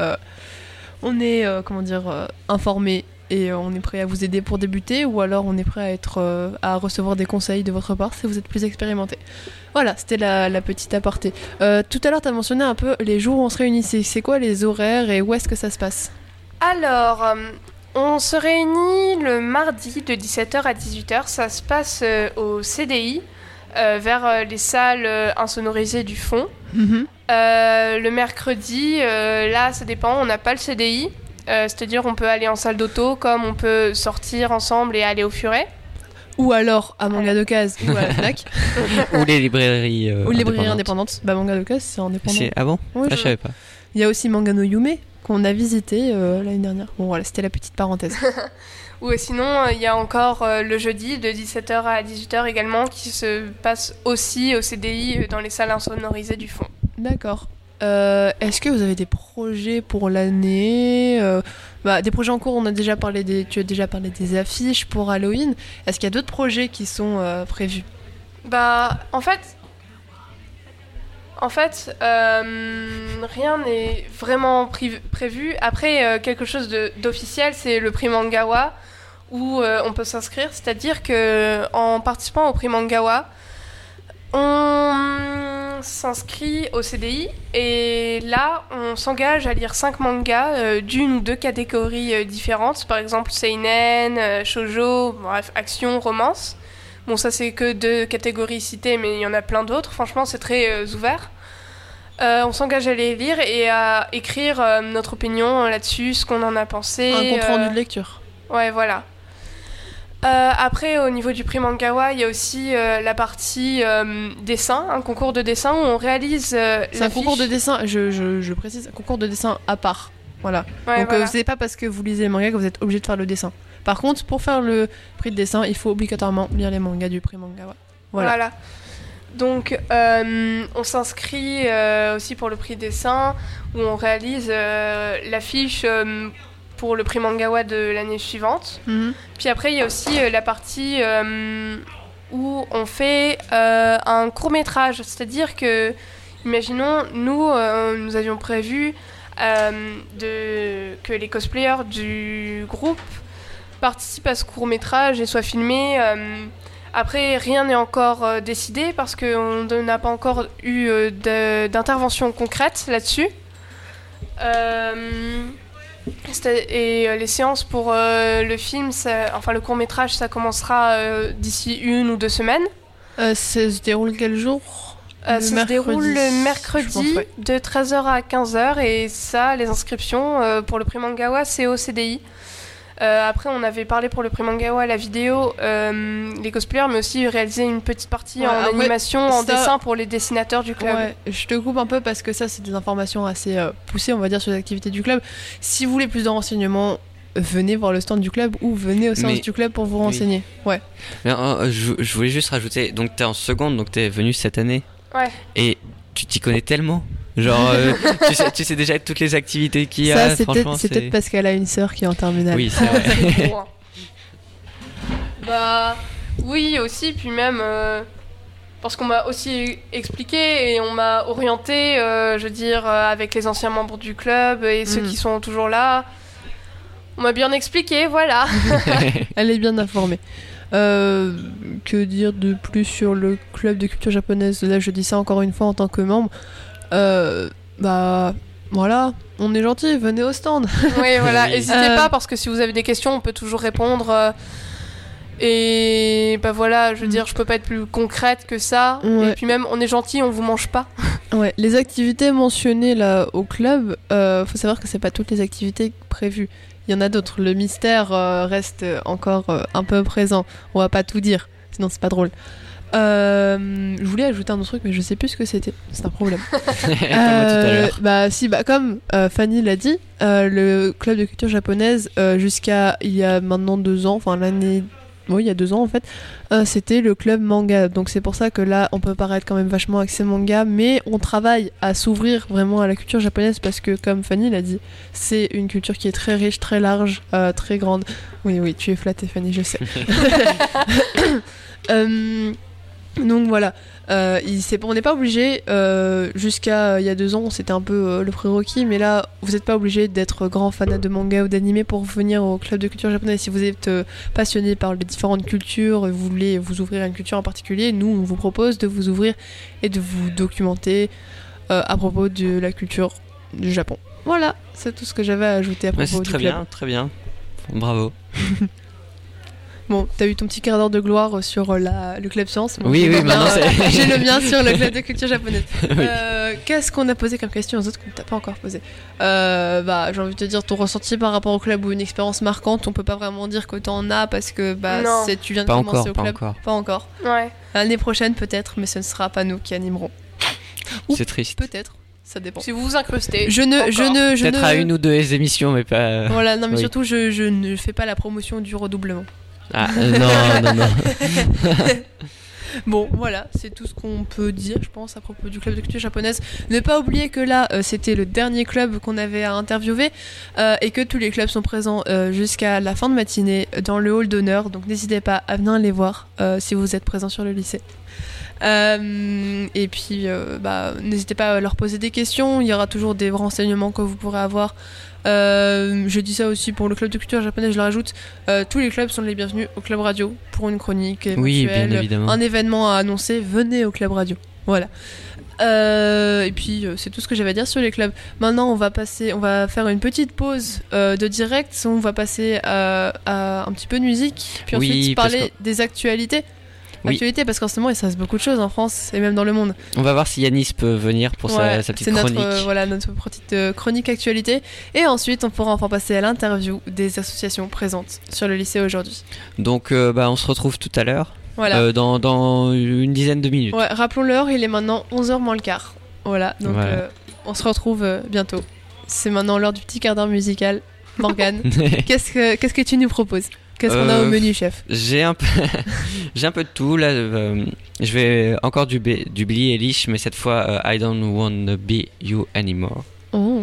A: informés et on est prêt à vous aider pour débuter, ou alors on est prêt à recevoir des conseils de votre part si vous êtes plus expérimenté. Voilà, c'était la petite aparté. Tout à l'heure, tu as mentionné un peu les jours où on se réunissait. C'est quoi les horaires et où est-ce que ça se passe?
M: Alors, on se réunit le mardi de 17h à 18h. Ça se passe au CDI, vers les salles insonorisées du fond. Le mercredi, là, ça dépend, on n'a pas le CDI. C'est-à-dire on peut aller en salle d'auto comme on peut sortir ensemble et aller au Furet.
A: Ou alors à Manga d'Occasion ou à la Fnac.
C: Ou les librairies
A: indépendantes. Manga d'Occasion, c'est indépendant.
C: Ah bon?
A: Oui,
C: je savais pas.
A: Il y a aussi Manga no Yume qu'on a visité l'année dernière. Bon voilà, c'était la petite parenthèse.
M: Ou sinon, il y a encore le jeudi de 17h à 18h également qui se passe aussi au CDI dans les salles insonorisées du fond.
A: D'accord. Est-ce que vous avez des projets pour l'année? Des projets en cours, tu as déjà parlé des affiches pour Halloween. Est-ce qu'il y a d'autres projets qui sont prévus?
M: En fait, rien n'est vraiment prévu. Après, quelque chose d'officiel, c'est le prix Mangawa où on peut s'inscrire. C'est-à-dire qu'en participant au prix Mangawa, on s'inscrit au CDI et là, on s'engage à lire 5 mangas d'une ou deux catégories différentes. Par exemple, seinen, shoujo, bref, action, romance. Bon, ça, c'est que 2 catégories citées, mais il y en a plein d'autres. Franchement, c'est très ouvert. On s'engage à les lire et à écrire notre opinion là-dessus, ce qu'on en a pensé.
A: Un compte rendu de lecture.
M: Ouais, voilà. Après, au niveau du prix Mangawa, il y a aussi la partie dessin, un concours de dessin où on réalise
A: c'est un concours de dessin, je précise, un concours de dessin à part. Voilà.
M: Ouais,
A: donc
M: voilà.
A: c'est pas parce que vous lisez les mangas que vous êtes obligé de faire le dessin. Par contre, pour faire le prix de dessin, il faut obligatoirement lire les mangas du prix Mangawa. Voilà.
M: Donc, on s'inscrit aussi pour le prix dessin où on réalise l'affiche pour le prix Mangawa de l'année suivante. Puis après, il y a aussi la partie où on fait un court-métrage. C'est-à-dire que, imaginons, nous avions prévu que les cosplayers du groupe participent à ce court-métrage et soient filmés. Après, rien n'est encore décidé parce qu'on n'a pas encore eu d'intervention concrète là-dessus. Et les séances pour le film, enfin le court-métrage, ça commencera d'ici 1 ou 2 semaines.
A: Ça se déroule quel jour
M: Ça se déroule le mercredi de 13h à 15h et ça, les inscriptions pour le prix Mangawa, c'est au CDI. Après, on avait parlé pour le prix Mangawa, la vidéo, les cosplayers, mais aussi réaliser une petite partie en animation, en dessin pour les dessinateurs du club.
A: Ouais, je te coupe un peu parce que ça, c'est des informations assez poussées, on va dire, sur les activités du club. Si vous voulez plus de renseignements, venez voir le stand du club ou venez au séances du club pour vous renseigner. Ouais.
C: Mais, je voulais juste rajouter, donc t'es en seconde, donc t'es venu cette année.
M: Ouais.
C: Et tu t'y connais tellement. Genre, tu sais déjà toutes les activités qu'il y a.
A: Ça, c'est peut-être parce qu'elle a une sœur qui est en terminale.
C: Oui, c'est vrai.
M: Bah, oui, aussi, puis même parce qu'on m'a aussi expliqué et on m'a orienté, je veux dire, avec les anciens membres du club et ceux qui sont toujours là. On m'a bien expliqué, voilà.
A: Elle est bien informée. Que dire de plus sur le club de culture japonaise? Là, je dis ça encore une fois en tant que membre. Bah voilà, on est gentil, venez au stand.
M: Oui, voilà, n'hésitez pas parce que si vous avez des questions, on peut toujours répondre. Et bah voilà, je veux dire, je peux pas être plus concrète que ça.
A: Ouais.
M: Et puis même, on est gentil, on vous mange pas.
A: Ouais, les activités mentionnées là au club, faut savoir que c'est pas toutes les activités prévues. Il y en a d'autres. Le mystère reste encore un peu présent. On va pas tout dire, sinon c'est pas drôle. Je voulais ajouter un autre truc mais je sais plus ce que c'était, c'est un problème. Comme Fanny l'a dit, le club de culture japonaise jusqu'à il y a maintenant 2 ans, enfin l'année, oui il y a 2 ans en fait, c'était le club manga, donc c'est pour ça que là on peut paraître quand même vachement axé manga, mais on travaille à s'ouvrir vraiment à la culture japonaise parce que comme Fanny l'a dit, c'est une culture qui est très riche, très large, très grande. Oui tu es flattée Fanny, je sais. Donc voilà, on n'est pas obligé, jusqu'à il y a 2 ans c'était un peu le prérequis, mais là vous n'êtes pas obligé d'être grand fanat de manga ou d'anime pour venir au club de culture japonaise. Si vous êtes passionné par les différentes cultures et vous voulez vous ouvrir à une culture en particulier, nous on vous propose de vous ouvrir et de vous documenter à propos de la culture du Japon. Voilà, c'est tout ce que j'avais à ajouter à propos du club.
C: Très bien, bravo.
A: Bon, t'as eu ton petit quart d'heure de gloire sur le club science.
C: Oui, maintenant c'est...
A: J'ai le mien sur le club de culture japonaise.
C: Oui.
A: Qu'est-ce qu'on a posé comme question aux autres qu'on t'a pas encore posé? J'ai envie de te dire ton ressenti par rapport au club ou une expérience marquante. On peut pas vraiment dire que t'en as parce que tu viens de commencer au club. Pas encore.
M: Ouais.
A: L'année prochaine peut-être, mais ce ne sera pas nous qui animerons.
C: C'est triste.
A: Peut-être. Ça dépend.
M: Si vous vous incrustez.
C: Peut-être à 1 ou 2 émissions, mais pas.
A: Voilà, non, mais surtout, je ne fais pas la promotion du redoublement.
C: Ah, non.
A: Bon, voilà, c'est tout ce qu'on peut dire, je pense, à propos du club de culture japonaise. Ne pas oublier que là, c'était le dernier club qu'on avait à interviewer et que tous les clubs sont présents jusqu'à la fin de matinée dans le hall d'honneur. Donc n'hésitez pas à venir les voir si vous êtes présents sur le lycée. Et puis, n'hésitez pas à leur poser des questions. Il y aura toujours des renseignements que vous pourrez avoir. Je dis ça aussi pour le club de culture japonaise, je le rajoute. Tous les clubs sont les bienvenus au club radio pour une chronique éventuelle,
C: oui, bien évidemment.
A: un événement à annoncer. Venez au club radio. Voilà. Et puis c'est tout ce que j'avais à dire sur les clubs. Maintenant on va faire une petite pause de direct. On va passer à un petit peu de musique, puis ensuite parler des actualités. Parce qu'en ce moment il se passe beaucoup de choses en France et même dans le monde.
C: On va voir si Yanis peut venir pour sa petite chronique.
A: C'est notre petite chronique actualité. Et ensuite on pourra enfin passer à l'interview des associations présentes sur le lycée aujourd'hui.
C: Donc on se retrouve tout à l'heure. Voilà. Dans une dizaine de minutes.
A: Ouais, rappelons l'heure, il est maintenant 11h moins le quart. Voilà, donc on se retrouve bientôt. C'est maintenant l'heure du petit quart d'heure musical. Morgane, qu'est-ce que tu nous proposes ? Qu'est-ce qu'on a au menu, chef ?
C: J'ai un peu de tout. Là, je vais encore du Billie Eilish, mais cette fois I Don't Wanna Be You Anymore.
A: Oh.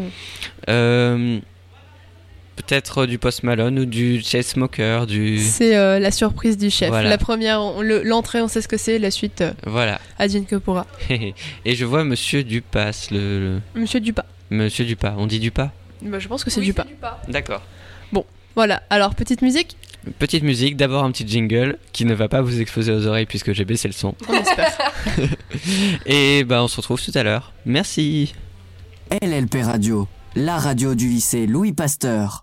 C: Peut-être du Post Malone ou du Chainsmokers,
A: C'est la surprise du chef. Voilà. La première, l'entrée, on sait ce que c'est. La suite, advienne que pourra.
C: Et je vois Monsieur Dupas.
A: Monsieur Dupas.
C: Monsieur Dupas. On dit Dupas ?
A: Je pense que c'est Dupas.
C: D'accord.
A: Bon, voilà. Alors, petite musique ?
C: Petite musique. D'abord un petit jingle qui ne va pas vous exploser aux oreilles puisque j'ai baissé le son.
A: On espère.
C: Et on se retrouve tout à l'heure. Merci.
N: LLP Radio, la radio du lycée Louis Pasteur.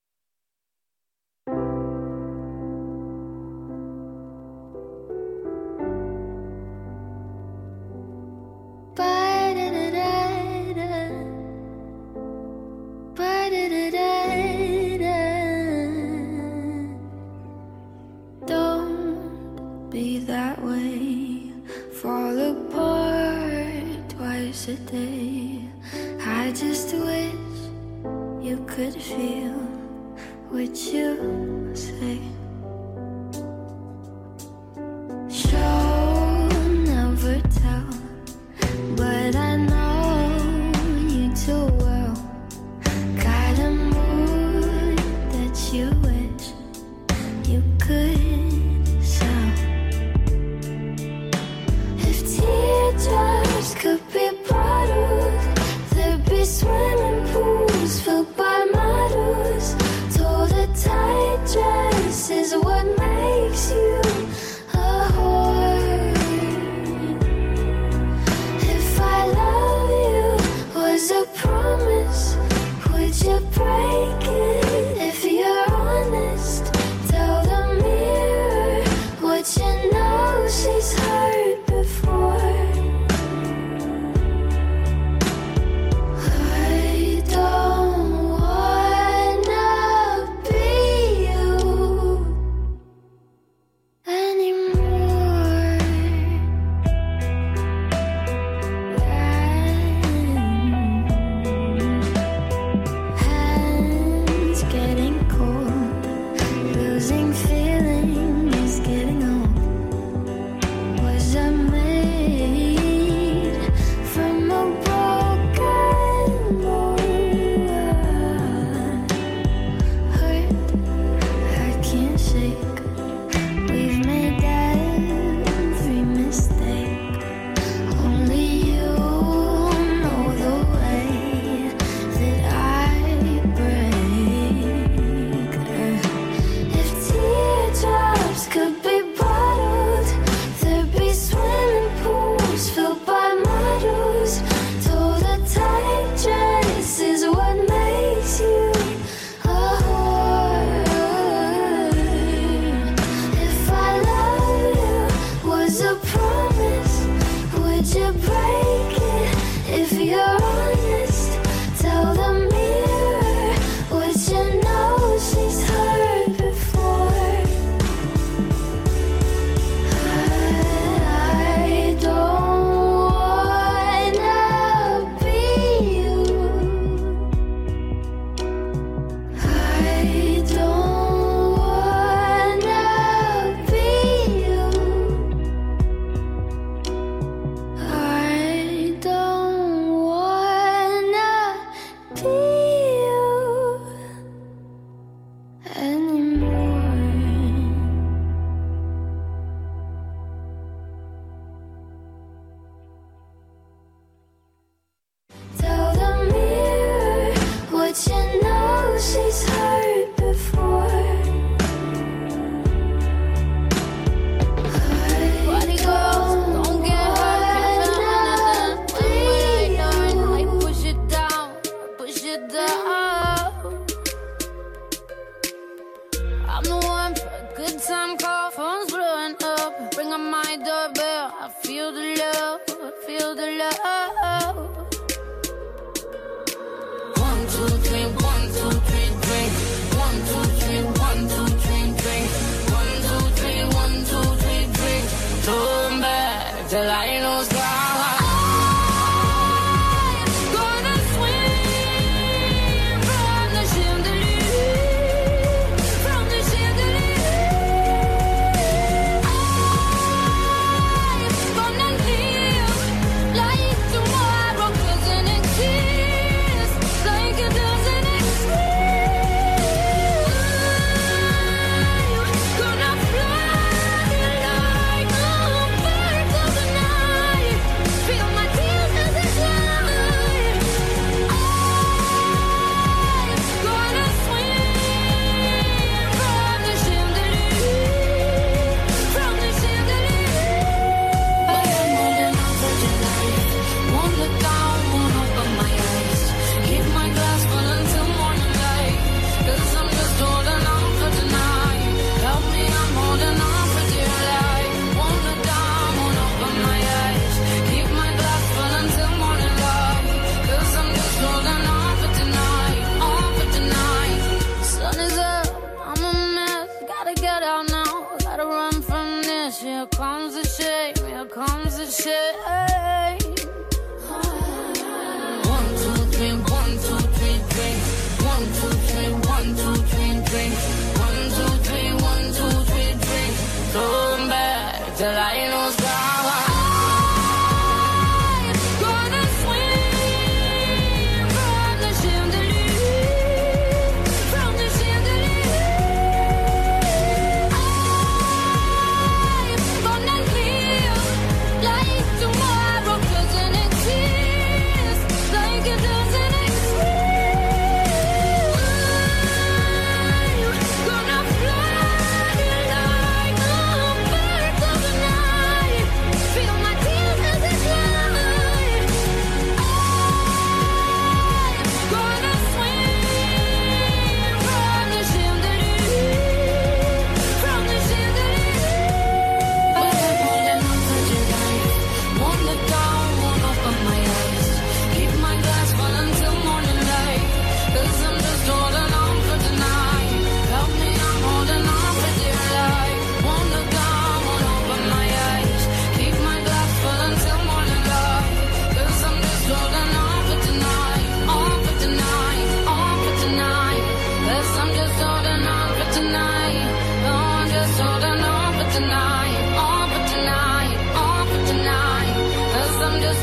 O: Don't be that way, fall apart twice a day. I just wish you could feel what you say. Show, never tell, but I know you too well. Got a mood that you wish you could sell. If teardrops could be bottles, there'd be swimming pools filled by models. Told her tight dresses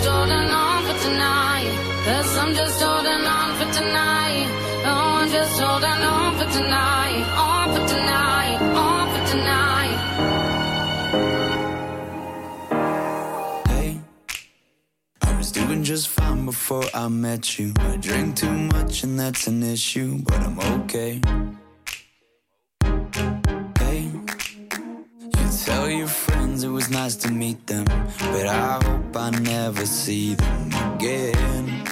O: just holding on for tonight. 'Cause I'm just holding on for tonight. Oh, I'm just holding on for tonight. On for tonight. On for tonight.
P: Hey, I was doing just fine before I met you. I drink too much and that's an issue, but I'm okay. Hey, you tell your friends it was nice to meet them, but I hope I never see them again.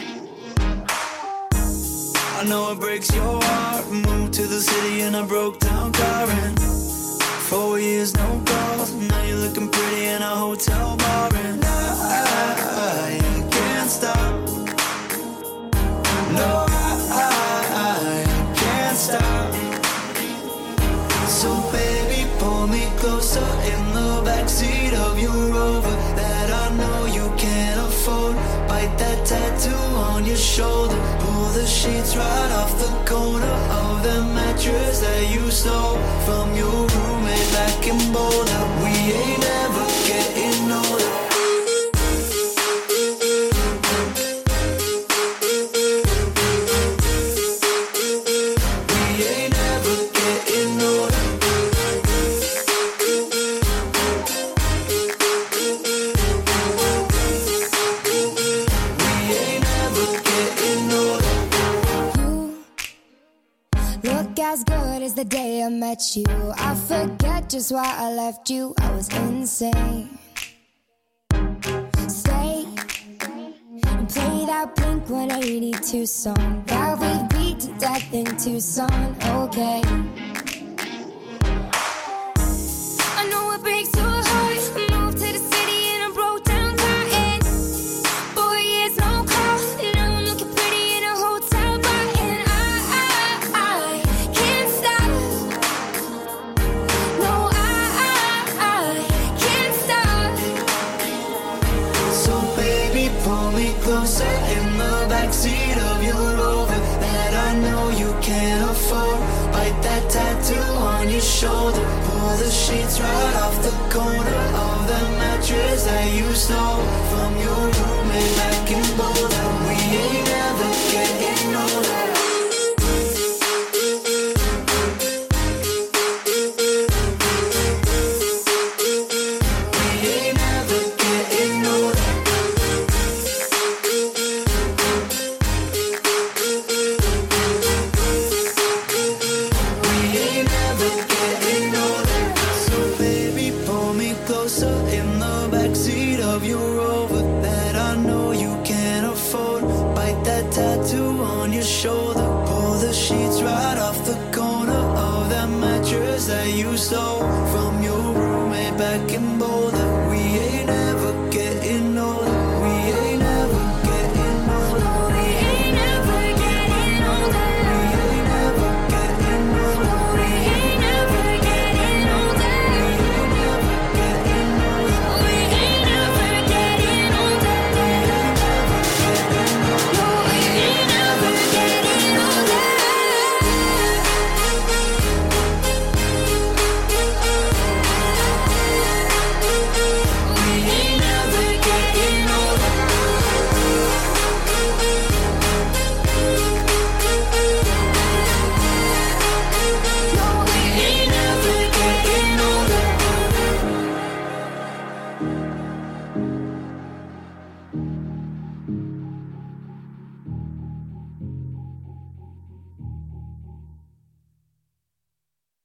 P: I know it breaks your heart. Moved to the city in a broke down car and 4 years no calls. Now you're looking pretty in a hotel bar and I can't stop. No, I can't stop. So baby, pull me closer in the backseat of your Rover that I know you can't afford. Bite that tattoo on your shoulder. Pull the sheets right off the corner of the mattress that you stole from your roommate back in Boulder. We ain't ever getting older. We ain't ever getting older. We ain't ever getting older.
O: Look as good as the day I met you. I forget just why I left you. I was insane. Stay and play that Blink 182 song that we beat to death in Tucson. Okay. I know it breaks your heart. Moved to the city and I broke down crying. 4 years no call. Now I'm looking pretty in a hotel bar and I can't stop. No, I can't stop.
P: So baby, pull me closer in the backseat of your Rover that I know you can't afford. Bite that tattoo on your shoulder. Pull the sheets right off the corner of the mattress that you stole from your roommate back in Boulder. We ain't ever getting older. We ain't ever getting older. We ain't ever getting older. So baby, pull me closer in the backseat of your Rover that I know you can't afford. Bite that tattoo on your shoulder. Pull the sheets right off the corner of that mattress that you stole from